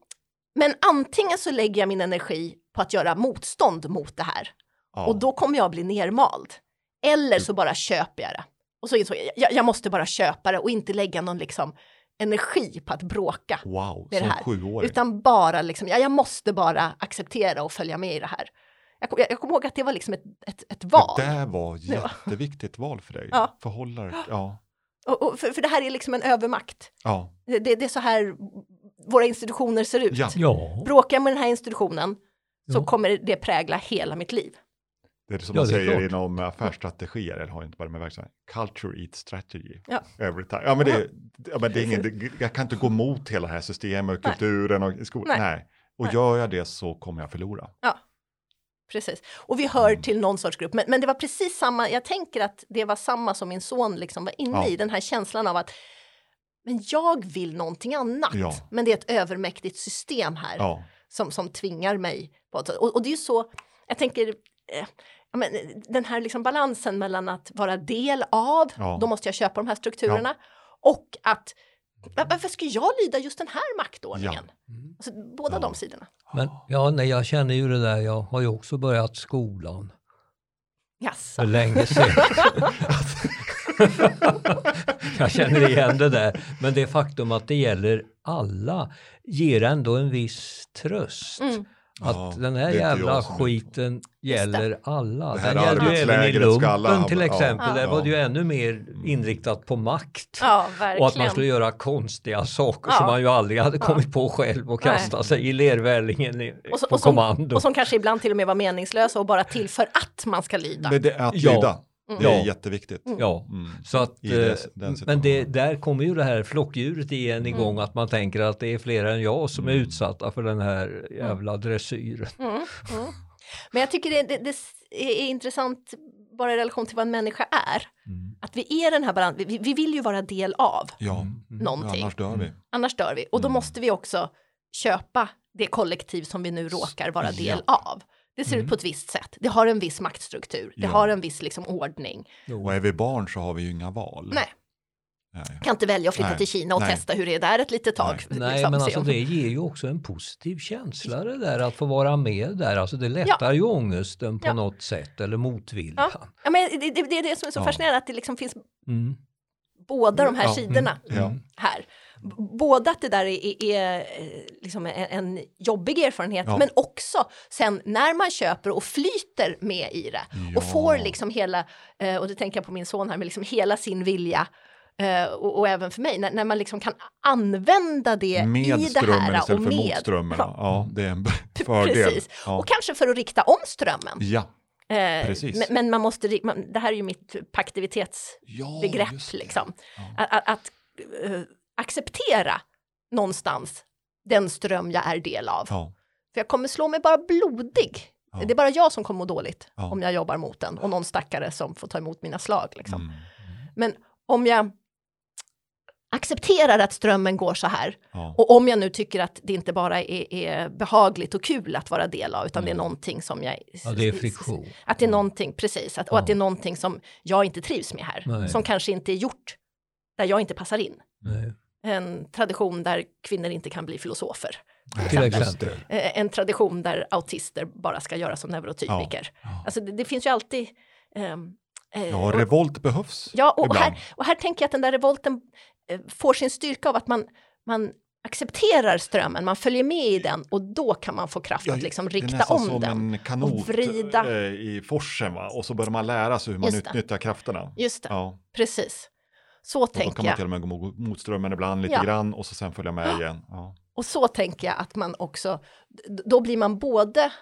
Men antingen så lägger jag min energi på att göra motstånd mot det här. Ja. Och då kommer jag bli nermald. Eller så bara köper jag det. Och så insåg jag måste bara köpa det och inte lägga någon liksom energi på att bråka Wow, med det som här. 7-åring. Utan bara liksom, jag måste bara acceptera och följa med i det här. Jag kommer ihåg att det var liksom ett val. Det där var ett jätteviktigt val för dig. Ja. Förhållare, ja. Och för det här är liksom en övermakt. Ja. Det är så här våra institutioner ser ut. Ja. Bråkar jag med den här institutionen så Ja. kommer det prägla hela mitt liv. Det är som Ja, man det är säger klart. inom affärsstrategier, eller har inte bara med verksamhet. Culture eats strategy. Ja. Every time. Ja, men det är ingen, jag kan inte gå mot hela det här systemet och kulturen och skolan. Nej. Och gör jag det så kommer jag förlora. Ja, precis. Och vi hör till någon sorts grupp. Men det var precis samma, jag tänker att det var samma som min son liksom var inne i. Den här känslan av att men jag vill någonting annat. Ja. Men det är ett övermäktigt system här. Ja. Som tvingar mig på att, och det är ju så, jag tänker den här liksom balansen mellan att vara del av, då måste jag köpa de här strukturerna, och att varför ska jag lyda just den här maktordningen? Alltså, båda de sidorna. Men jag känner ju det där, jag har ju också börjat skolan Jaså. för länge sedan. Jag känner igen det där, men det faktum att det gäller alla ger ändå en viss tröst. Att den här jävla skiten gäller alla. Den gäller ju även i lumpen till exempel. Där var det ju ännu mer inriktat på makt. Ja, verkligen. Och att man skulle göra konstiga saker som man ju aldrig hade kommit på själv och kasta sig i lervällingen på kommando. Och som kanske ibland till och med var meningslösa och bara till för att man ska lyda. Men det är att lyda. Det är jätteviktigt. Ja, så att, men där kommer ju det här flockdjuret igen igång, att man tänker att det är fler än jag som är utsatta för den här jävla dressyren. Men jag tycker det är intressant bara i relation till vad en människa är. Att vi är den här balansen, vi vill ju vara del av någonting. Annars dör vi. Och då måste vi också köpa det kollektiv som vi nu råkar vara del av. Det ser ut på ett visst sätt. Det har en viss maktstruktur. Det har en viss liksom ordning. Och är vi barn så har vi ju inga val. Nej. Kan inte välja att flytta till Kina och testa hur det är där ett litet tag. Nej, liksom, men alltså det ger ju också en positiv känsla det där att få vara med där. Alltså det lättar ju ångesten på något sätt, eller motviljan. Ja, men det är det som är så fascinerande, att det liksom finns båda de här sidorna här. Både att det där är liksom en jobbig erfarenhet, men också sen när man köper och flyter med i det och får liksom hela, och det tänker jag på min son här, med liksom hela sin vilja, och även för mig, när man liksom kan använda det med i det här och med mot strömmen. Ja, det är en fördel. Precis. Och kanske för att rikta om strömmen. Ja. Precis. Men man måste, det här är ju mitt paktivitetsbegrepp liksom. Att acceptera någonstans den ström jag är del av. För jag kommer slå mig bara blodig. Det är bara jag som kommer må dåligt om jag jobbar mot den, och någon stackare som får ta emot mina slag liksom. Men om jag accepterar att strömmen går så här, och om jag nu tycker att det inte bara är behagligt och kul att vara del av, utan det är någonting som jag... Ja, det är friktion. Att det är någonting, precis. Och att det är någonting som jag inte trivs med här. Nej. Som kanske inte är gjort där jag inte passar in. Nej. En tradition där kvinnor inte kan bli filosofer. Till exempel. En tradition där autister bara ska göra som neurotypiker. Alltså det finns ju alltid... Revolt behövs. Ja, och här tänker jag att den där revolten får sin styrka av att man accepterar strömmen, man följer med i den, och då kan man få kraft att liksom rikta om den. Det är nästan som en kanot och vrida. I forsen, va? Och så börjar man lära sig hur man utnyttjar krafterna. Just det, precis. Så tänker jag. Då kan man till och med gå mot strömmen ibland lite grann, och så sen följa med igen. Ja. Och så tänker jag att man också, då blir man både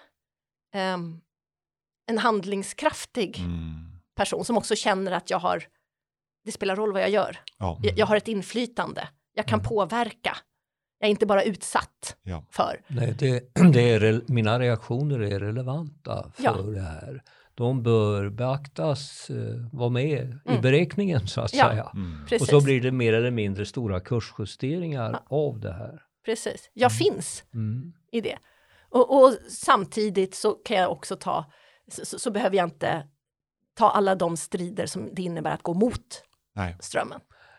en handlingskraftig person som också känner att det spelar roll vad jag gör. Jag har ett inflytande. Jag kan påverka. Jag är inte bara utsatt för. Nej, mina reaktioner är relevanta för det här. De bör beaktas, vara med i beräkningen så att säga. Och så blir det mer eller mindre stora kursjusteringar av det här. Precis, jag finns i det. Och samtidigt så kan jag också så behöver jag inte ta alla de strider som det innebär att gå mot strömmen.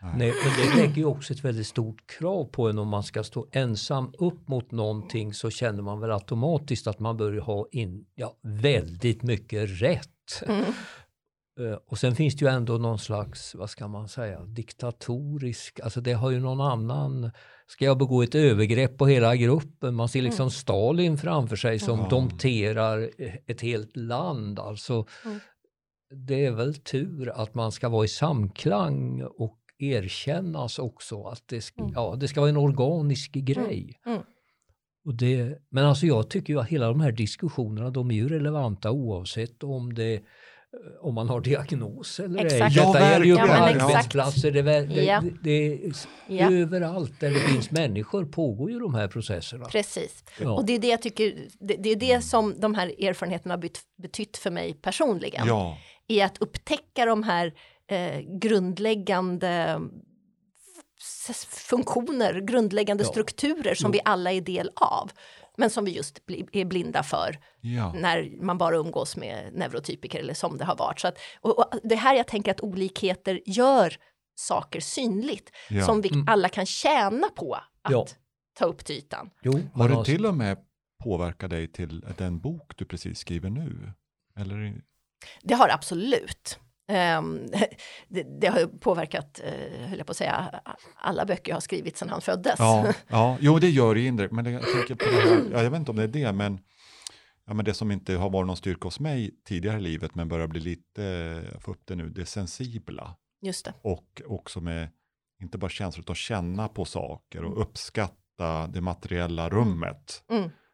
Nej, men det lägger ju också ett väldigt stort krav på en. Om man ska stå ensam upp mot någonting så känner man väl automatiskt att man börjar ha väldigt mycket rätt. Och sen finns det ju ändå någon slags, vad ska man säga, diktatorisk, alltså det har ju någon annan, ska jag begå ett övergrepp på hela gruppen? Man ser liksom Stalin framför sig som dompterar ett helt land, alltså det är väl tur att man ska vara i samklang och erkännas också att det ska vara en organisk grej. Och men alltså jag tycker ju att hela de här diskussionerna, de är ju relevanta oavsett om man har diagnos eller ej. Detta är ju på arbetsplatser, det är överallt där det finns människor pågår ju de här processerna. Precis. Och det är det jag tycker, det är det som de här erfarenheterna har betytt för mig personligen. Är att upptäcka de här grundläggande funktioner, grundläggande strukturer som vi alla är del av. Men som vi just är blinda för när man bara umgås med neurotypiker eller som det har varit. Så att, och det här jag tänker att olikheter gör saker synligt som vi alla kan tjäna på att ta upp till ytan. Har det till och med påverkat dig till den bok du precis skriver nu? Eller? Det har absolut. Det har påverkat, höll jag på att säga, alla böcker jag har skrivit sedan han föddes. Jo, det gör det indirekt. Men jag tänker på det här, jag vet inte om det är det, men det som inte har varit någon styrka hos mig tidigare i livet, men börjar bli lite, jag får upp det nu, det sensibla. Just det. Och också med, inte bara känslor, utan känna på saker och uppskatta det materiella rummet.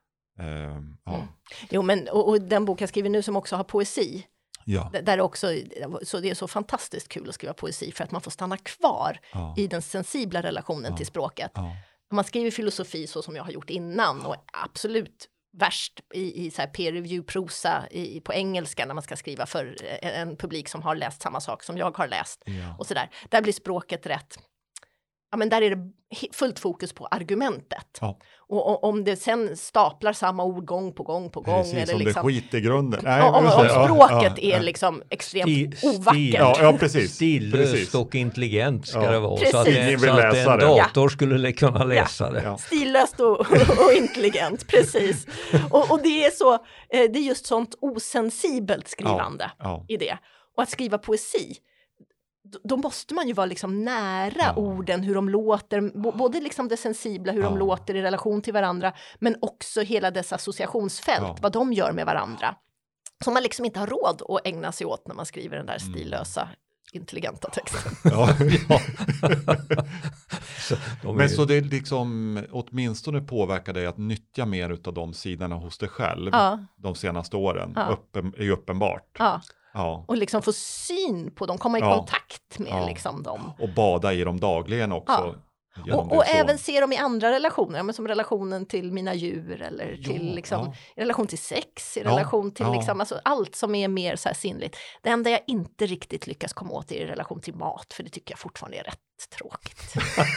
Jo, men och den bok jag skriver nu som också har poesi. Där också, så det är så fantastiskt kul att skriva poesi för att man får stanna kvar i den sensibla relationen till språket. Om man skriver filosofi så som jag har gjort innan och absolut värst i så här peer review-prosa på engelska när man ska skriva för en publik som har läst samma sak som jag har läst. Och så där blir språket rätt. Ja, men där är det fullt fokus på argumentet. Och om det sen staplar samma ord gång på gång på gång. Precis, eller om liksom, det skit i grunden. Nej, om språket är liksom extremt ovackert. Precis. Stillöst och intelligent ska det vara. Precis. Så att en dator skulle kunna läsa det. Stillöst och intelligent, precis. Och det är så, det är just sånt osensibelt skrivande i det. Och att skriva poesi, då måste man ju vara liksom nära orden, hur de låter, både liksom det sensibla, hur de låter i relation till varandra, men också hela dess associationsfält, vad de gör med varandra. Som man liksom inte har råd att ägna sig åt när man skriver den där stillösa, intelligenta texten. Men så det liksom åtminstone påverkar dig att nyttja mer av de sidorna hos dig själv de senaste åren, är ju uppenbart. Och liksom få syn på dem, komma i kontakt med liksom dem. Och bada i dem dagligen också. Och även se dem i andra relationer, men som relationen till mina djur eller till liksom, i relation till sex, i relation till liksom, alltså allt som är mer så här sinnligt. Det enda jag inte riktigt lyckas komma åt är i relation till mat, för det tycker jag fortfarande är rätt tråkigt.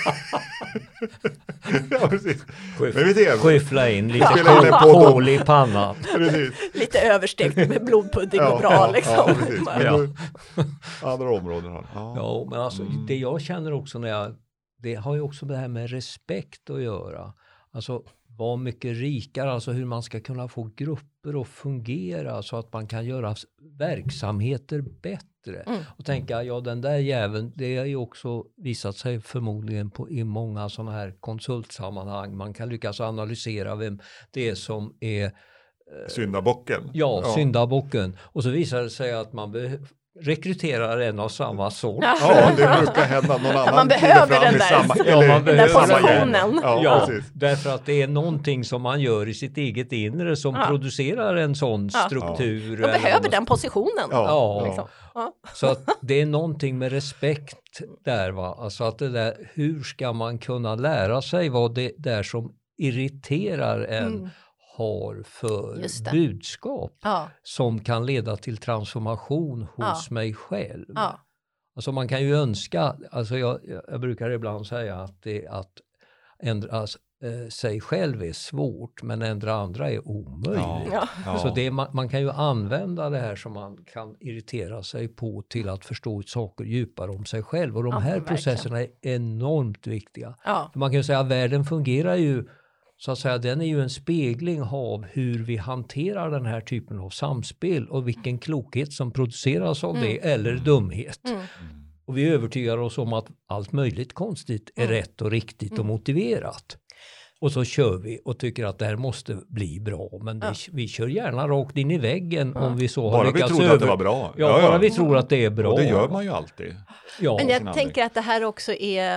Precis. Skyffla in lite kol i pannan. Lite överstekt med blodpudding och bra liksom. Andra områden. Men alltså det jag känner också det har ju också det här med respekt att göra. Alltså vad mycket rikare, alltså hur man ska kunna få grupper att fungera så att man kan göra verksamheter bättre. Och tänka, den där jäveln, det har ju också visat sig förmodligen i många sådana här konsultsammanhang. Man kan lyckas analysera vem det är som är syndabocken. Syndabocken. Och så visar det sig att man rekryterar en av samma sort. Det brukar hända någon annan. Man behöver den där positionen. Därför att det är någonting som man gör i sitt eget inre som producerar en sån struktur. Man behöver den positionen. Liksom. Så att det är någonting med respekt där, va? Alltså att det där, hur ska man kunna lära sig vad det där som irriterar en har för budskap som kan leda till transformation hos mig själv. Alltså man kan ju önska, alltså jag brukar ibland säga att sig själv är svårt, men ändra andra är omöjligt. Ja. Så man kan ju använda det här som man kan irritera sig på till att förstå saker djupare om sig själv. Och de här processerna är enormt viktiga. Ja. För man kan ju säga att världen fungerar ju, så att säga, den är ju en spegling av hur vi hanterar den här typen av samspel och vilken klokhet som produceras av det eller dumhet. Och vi övertygar oss om att allt möjligt konstigt är rätt och riktigt och motiverat. Och så kör vi och tycker att det här måste bli bra. Men vi kör gärna rakt in i väggen om vi så har lyckats. Bara vi trodde att det var bra. Ja, bara vi tror att det är bra. Och det gör man ju alltid. Ja. Men jag tänker att det här också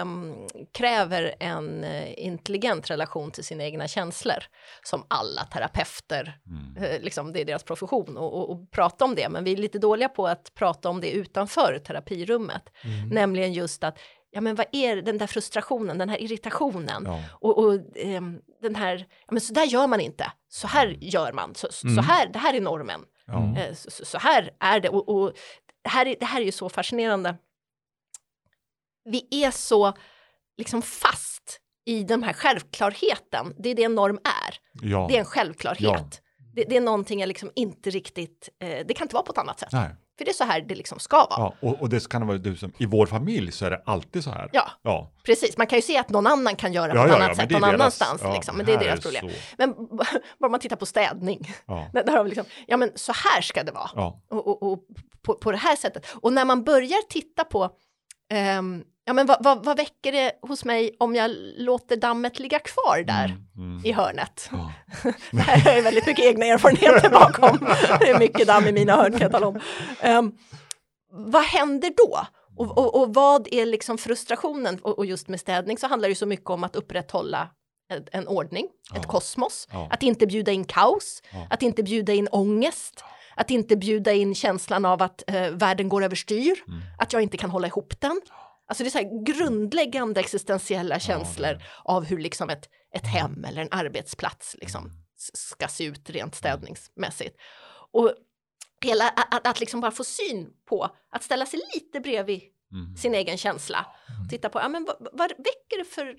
kräver en intelligent relation till sina egna känslor. Som alla terapeuter, liksom, det är deras profession och prata om det. Men vi är lite dåliga på att prata om det utanför terapirummet. Nämligen just att ja, men vad är den där frustrationen, den här irritationen och den här, ja, men så där gör man inte, så här gör man, så här, det här är normen, så här är det och det här är ju så fascinerande. Vi är så liksom fast i den här självklarheten, det är det en norm är, det är en självklarhet, det är någonting jag liksom inte riktigt, det kan inte vara på ett annat sätt. Nej. För det är så här det liksom ska vara. Ja, och det kan vara du som, i vår familj så är det alltid så här. Ja, precis. Man kan ju se att någon annan kan göra på ett annat sätt någon annanstans. Liksom, men det är deras problem. Så. Men bara man tittar på städning. Där har vi liksom, ja men så här ska det vara. Och på det här sättet. Och när man börjar titta på, ja men vad väcker det hos mig om jag låter dammet ligga kvar där i hörnet? Det här är väldigt mycket egna erfarenheter bakom. Det är mycket damm i mina hörn, kan jag tala om. Vad händer då? Och vad är liksom frustrationen? Och just med städning så handlar det ju så mycket om att upprätthålla en ordning, ett kosmos. Att inte bjuda in kaos, att inte bjuda in ångest. Att inte bjuda in känslan av att världen går överstyr, att jag inte kan hålla ihop den. Alltså det är så här grundläggande existentiella känslor av hur liksom ett hem eller en arbetsplats liksom ska se ut rent städningsmässigt. Och hela att liksom bara få syn på, att ställa sig lite bredvid sin egen känsla. Titta på, ja men vad väcker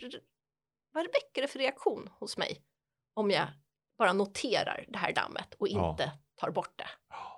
det för reaktion hos mig om jag bara noterar det här dammet och inte tar bort det.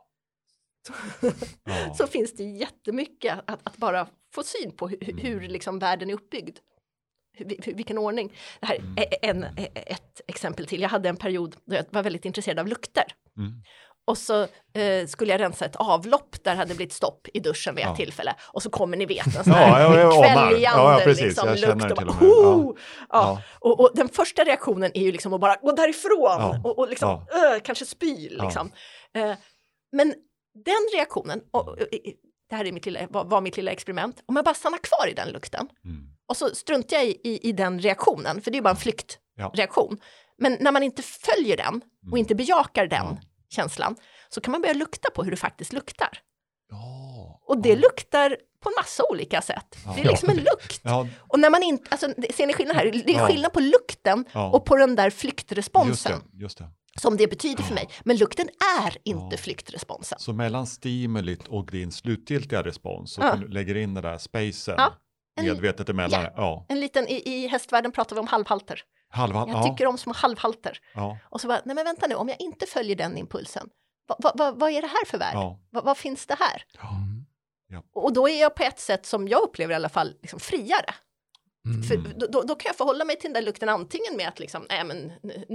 Så finns det jättemycket att bara få syn på hur liksom världen är uppbyggd. Vilken ordning. Det här är ett exempel till. Jag hade en period då jag var väldigt intresserad av lukter. Och så skulle jag rensa ett avlopp där hade blivit stopp i duschen vid ett tillfälle. Och så kommer ni vet en sån här kväljande liksom, lukt. Och den första reaktionen är ju liksom att bara gå därifrån och liksom, kanske spy. Liksom. Men den reaktionen, det här är var mitt lilla experiment, om jag bara stannar kvar i den lukten och så struntar jag i den reaktionen, för det är bara en flyktreaktion. Men när man inte följer den och inte bejakar den känslan, så kan man börja lukta på hur det faktiskt luktar. Och det luktar på en massa olika sätt. Det är liksom en lukt. Och när man inte, alltså, ser ni skillnad här? Det är skillnad på lukten och på den där flyktresponsen. Just det. Som det betyder för mig. Men lukten är inte flyktresponsen. Så mellan stimulit och din slutgiltiga respons så du lägger in den där spacen medvetet emellan. En liten, i hästvärlden pratar vi om halvhalter. Jag tycker om små halvhalter. Och så bara, nej men vänta nu, om jag inte följer den impulsen, vad är det här för värld? Vad finns det här? Och då är jag på ett sätt som jag upplever i alla fall liksom friare. För då kan jag förhålla mig till den där lukten antingen med att liksom, nej men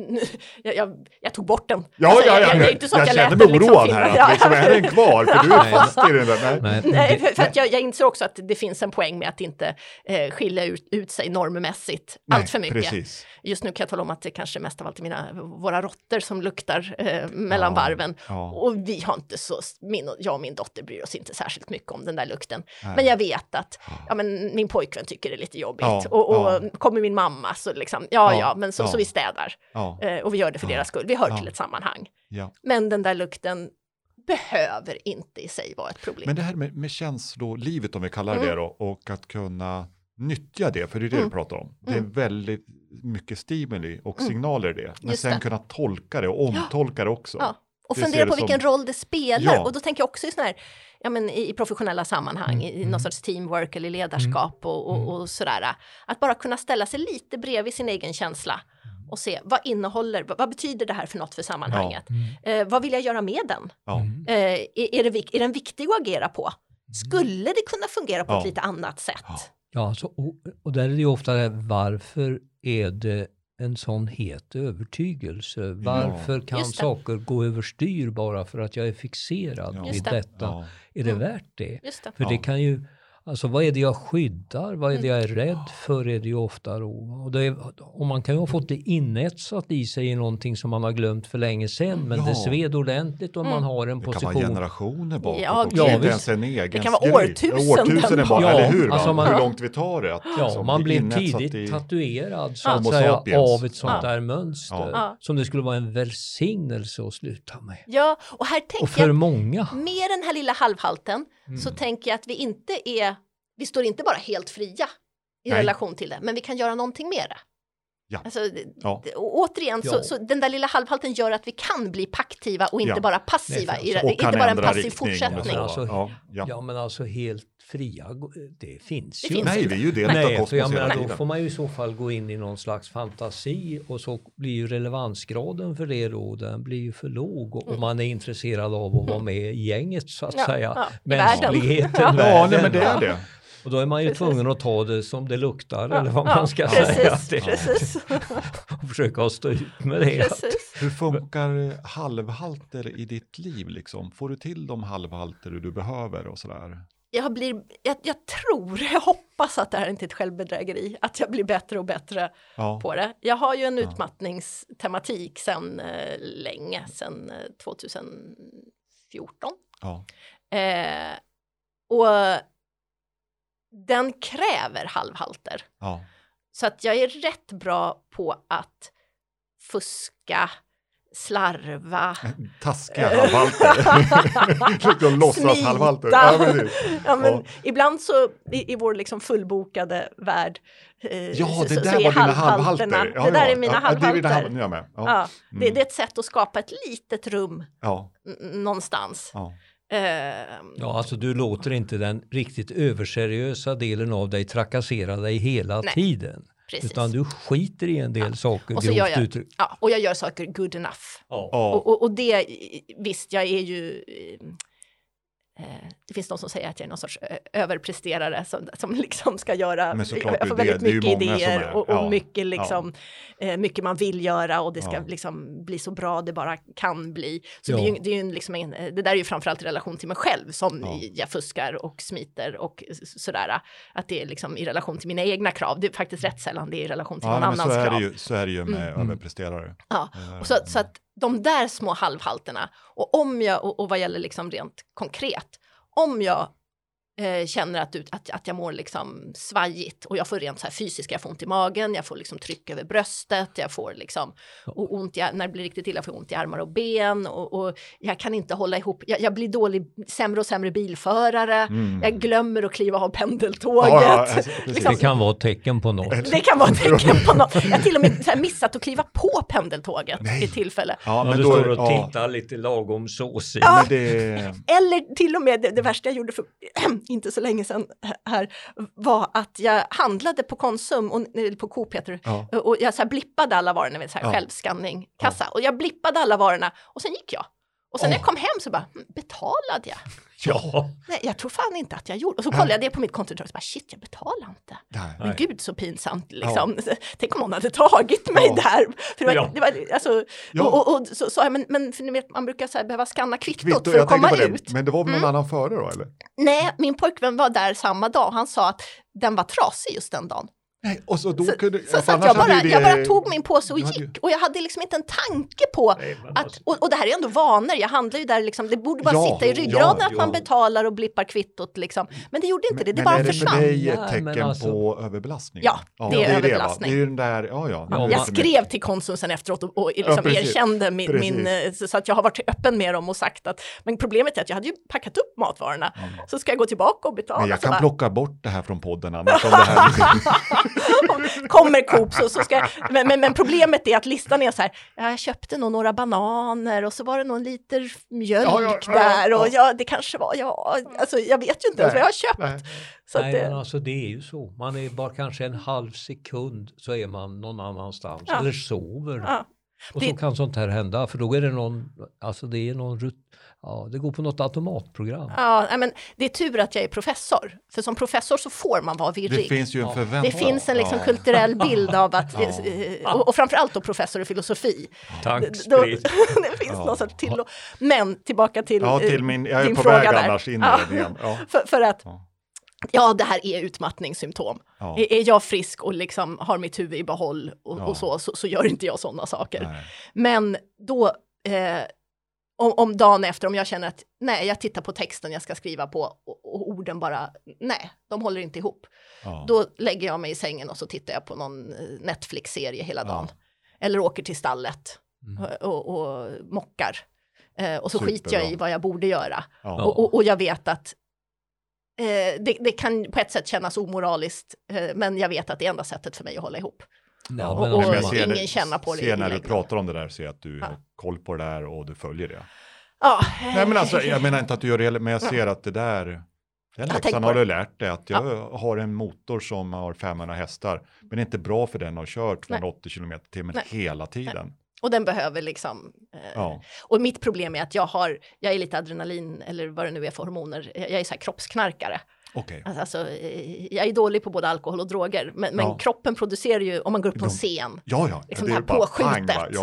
jag tog bort den. Jag känner mig oroad här att liksom, är den kvar? För du är fast i den där. Nej, för att jag inser också att det finns en poäng med att inte skilja ut sig normmässigt allt för mycket. Precis. Just nu kan jag tala om att det kanske mest av allt är våra råttor som luktar mellan varven. Och vi har inte jag och min dotter bryr oss inte särskilt mycket om den där lukten. Men jag vet att men min pojkvän tycker det är lite jobbigt. Och kommer min mamma så liksom, men så vi städar. Och vi gör det för deras skull. Vi hör till ett sammanhang. Men den där lukten behöver inte i sig vara ett problem. Men det här med känslolivet, om vi kallar det då, och att kunna nyttja det, för det är det vi pratar om. Det är väldigt mycket stimuli och signaler i det. Men just sen det. Kunna tolka det och omtolka det också. Och fundera på vilken roll det spelar. Och då tänker jag också i sån här, i professionella sammanhang, i någon sorts teamwork eller ledarskap och sådär. Att bara kunna ställa sig lite bredvid sin egen känsla och se vad betyder det här för något för sammanhanget? Vad vill jag göra med den? Är den viktig att agera på? Skulle det kunna fungera på ett lite annat sätt? Ja, alltså, och där är det ju ofta det, varför är det en sån het övertygelse? Varför kan saker gå överstyr bara för att jag är fixerad vid detta? Är det värt det? För det kan ju, alltså vad är det jag skyddar? Vad är det jag är rädd för? Är det ju ofta då. Och man kan ju ha fått det inetsat i sig i någonting som man har glömt för länge sedan. Men det sved ordentligt om man har en position. Det kan vara generationer bakåt. Ja, inte ens en egen det kan vara årtusenden bara, eller hur? Alltså hur långt vi tar det. Man blev tidigt tatuerad så att säga av ett sånt där mönster. Som det skulle vara en välsignelse att sluta med. Ja, och här tänker för många. Med den här lilla halvhalten så tänker jag att vi står inte bara helt fria i relation till det, men vi kan göra någonting med det. Ja. Alltså, återigen, så den där lilla halvhalten gör att vi kan bli aktiva och inte bara passiva. Inte bara en passiv fortsättning. Men alltså helt fria, det finns ju. Nej, det är ju det. Då får man ju i så fall gå in i någon slags fantasi och så blir ju relevansgraden för det då, den blir ju för låg och man är intresserad av att vara med i gänget så att säga. Mänskligheten, världen. Nej, men det är det. Och då är man ju tvungen att ta det som det luktar eller vad man ska säga. Och försöka stå ut med det. Hur funkar halvhalter i ditt liv liksom? Får du till de halvhalter du behöver och sådär? Jag hoppas att det här inte är ett självbedrägeri. Att jag blir bättre och bättre på det. Jag har ju en utmattningstematik sedan länge, sedan 2014. Och den kräver halvhalter. Så att jag är rätt bra på att fuska, slarva. Taskiga halvhalter. Låtsas halvhalter. Ibland så i vår liksom fullbokade värld det där var dina halvhalter. Det där är mina halvhalter. Det är ett sätt att skapa ett litet rum någonstans. Alltså du låter inte den riktigt överseriösa delen av dig trakassera dig hela tiden. Precis. Utan du skiter i en del saker. Och och jag gör saker good enough. Och det, visst, jag är ju... det finns någon som säger att jag är någon sorts överpresterare som liksom ska göra, jag får väldigt mycket idéer och mycket liksom mycket man vill göra och det ska liksom bli så bra det bara kan bli. Så det är ju liksom det där är ju framförallt i relation till mig själv som jag fuskar och smiter och sådär, att det är liksom i relation till mina egna krav. Det är faktiskt rätt sällan det är i relation till någon annans krav. Så är det ju med överpresterare. Och så att de där små halvhalterna, och om jag, och vad gäller liksom rent konkret, om jag känner att jag mår liksom svajigt och jag får rent så här fysiska, jag får ont i magen, jag får liksom tryck över bröstet, jag får liksom ont när det blir riktigt illa, jag får ont i armar och ben och jag kan inte hålla ihop, jag blir sämre och sämre bilförare, jag glömmer att kliva av pendeltåget. Det kan vara ett tecken på något. Det kan vara ett tecken på något. Jag har till och med så här missat att kliva på pendeltåget i tillfälle. Men du står och tittar lite lagom såsig. Eller till och med det värsta jag gjorde för inte så länge sedan här var att jag handlade på Konsum och på Coop heter det, och jag så här blippade alla varorna med så här självskanning kassa och jag blippade alla varorna och sen gick jag. Och sen när jag kom hem så bara, betalade jag? Nej, jag tror fan inte att jag gjorde. Och så kollade jag det på mitt konto och så bara, shit, jag betalar inte. Men gud, så pinsamt liksom. Tänk om någon hade tagit mig där. För det var alltså, och så sa jag, men för ni vet, man brukar så här behöva skanna kvittot för att komma ut. Men det var väl någon annan före då, eller? Nej, min pojkvän var där samma dag. Han sa att den var trasig just den dagen. Nej, och så då kunde, jag bara tog min påse och gick. Och jag hade liksom inte en tanke på att... Och det här är ändå vanor. Jag handlar ju där liksom... Det borde bara sitta i ryggraden att man betalar och blippar kvittot liksom. Men det gjorde inte det. Det bara försvann. Men är det ett tecken på överbelastning? Ja, det är överbelastning. Det är ju den där... Jag skrev till Konsum sen efteråt och liksom erkände min... Så att jag har varit öppen med dem och sagt att... Men problemet är att jag hade ju packat upp matvarorna. Så ska jag gå tillbaka och betala. Men jag kan plocka bort det här från podden annars om det här... kommer Coop så ska jag, men problemet är att listan är så här, jag köpte nog några bananer och så var det någon liter mjölk där och det kanske var, alltså jag vet ju inte ens vad jag har köpt. Så nej, men alltså det är ju så. Man är bara kanske en halv sekund så är man någon annanstans eller sover. Ja. Och så kan sånt här hända, för då är det någon, alltså det är någon, det går på något automatprogram. Ja, men det är tur att jag är professor. För som professor så får man vara virrig. Det finns ju en förväntan. Det finns en liksom kulturell bild av att, och framförallt då professor i filosofi. Tack, det finns något sorts men tillbaka till till min, jag är din på fråga väg där. annars in i igen. För att det här är utmattningssymptom. Ja. Är jag frisk och liksom har mitt huvud i behåll och så gör inte jag sådana saker. Nej. Men då, om dagen efter, om jag känner att jag tittar på texten jag ska skriva på och orden bara, de håller inte ihop. Ja. Då lägger jag mig i sängen och så tittar jag på någon Netflix-serie hela dagen. Eller åker till stallet och mockar. Och så skiter jag i vad jag borde göra. Ja. Och jag vet att det kan på ett sätt kännas omoraliskt, men jag vet att det är enda sättet för mig att hålla ihop. Ja, och ingen känner på det. När du pratar om det där så att du har koll på det där och du följer det. Ja. Nej, men alltså, jag menar inte att du gör det, men jag ser att det där, den läxan har du lärt dig, att jag har en motor som har 500 hästar, men det är inte bra för den att köra 280 km/h hela tiden. Nej. Och den behöver liksom... Och mitt problem är att jag är lite adrenalin, eller vad det nu är för hormoner. Jag är så här kroppsknarkare. Okay. Alltså, jag är dålig på både alkohol och droger. Men kroppen producerar ju, om man går upp på en scen. Liksom det här påskjutet.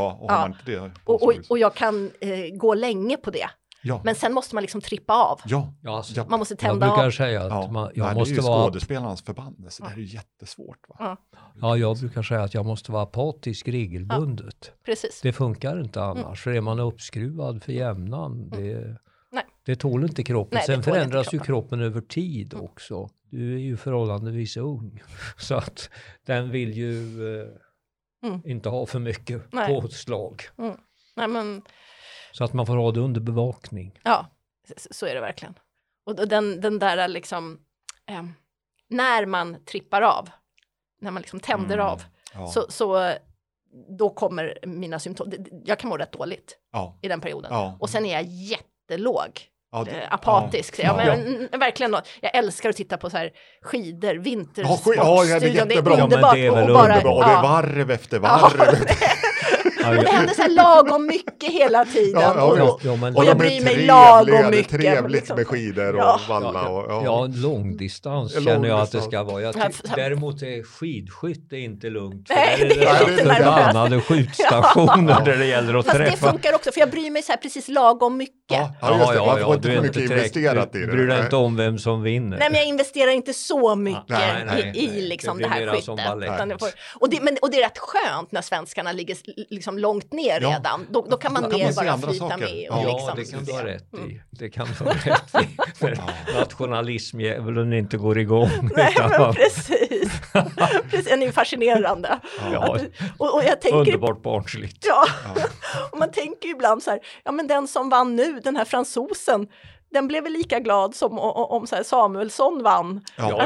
Och jag kan gå länge på det. Ja. Men sen måste man liksom trippa av. Alltså, man måste tända jag brukar av. Säga att jag måste det är ju vara skådespelarnas förbannelse. Det är ju jättesvårt. Va? Ja, jag brukar säga att jag måste vara apatisk regelbundet. Precis. Det funkar inte annars. För är man uppskruvad för jämnan, det tål inte kroppen. Sen förändras ju kroppen över tid också. Du är ju förhållandevis ung. Så att den vill ju inte ha för mycket påslag. Nej, men... Så att man får ha det under bevakning. Ja, så är det verkligen. Och den där liksom, när man trippar av, när man liksom tänder av, så då kommer mina symptom. Jag kan må rätt dåligt i den perioden. Och sen är jag jättelåg. Apatisk. Verkligen. Jag älskar att titta på så här skidor, vintersportstudion. Det är jättebra. Underbart. Det är varv efter varv. Och det händer så här lagom mycket hela tiden. Och jag bryr mig lagom mycket. Det är trevligt med skidor och valla. Långdistans känner jag att det ska vara. Däremot är skidskytte inte lugnt. För Nej, det är förbannade skjutstationer där det gäller att träffa. Det funkar också, för jag bryr mig så här precis lagom mycket. Du är inte investerat i det. Bryr dig inte om vem som vinner. Nej, men jag investerar inte så mycket i liksom det här skyttet. Och det är rätt skönt när svenskarna ligger liksom långt ner redan. Då kan man mer bara flyta med. Och det kan du ha rätt i. Det kan du ha rätt i. Nationalismdjävulen inte går igång. Nej, men precis. Den är ju fascinerande. Och jag tänker, underbart barnsligt. Och man tänker ju ibland så här, men den som vann nu, den här fransosen, den blev väl lika glad som om så här Samuelsson vann.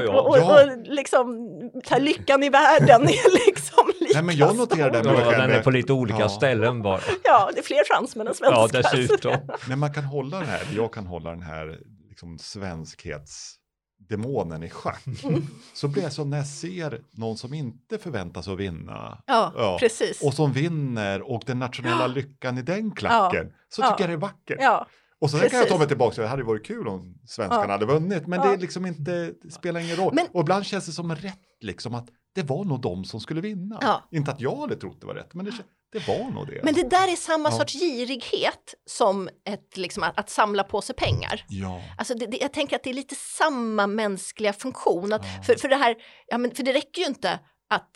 Och liksom så här, lyckan i världen är liksom lika. Nej, men jag noterade den är på lite olika ställen bara. Ja, det är fler fransmän än svenskar. Ja, dessutom. Men man kan hålla den här, jag kan hålla den här liksom svenskhetsdemonen i schack. Så blir jag så när jag ser någon som inte förväntas att vinna. Ja, precis. Och som vinner och den nationella lyckan i den klacken. Så tycker jag det är vackert. Ja. Och så kan jag ta mig tillbaka, det hade varit kul om svenskarna hade vunnit, men det är liksom inte, det spelar ingen roll. Och ibland känns det som rätt liksom att det var nog de som skulle vinna. Inte att jag hade trott det var rätt, men det var nog det. Men det där är samma sorts girighet som liksom, att samla på sig pengar. Ja. Alltså jag tänker att det är lite samma mänskliga funktion. För det här, för det räcker ju inte att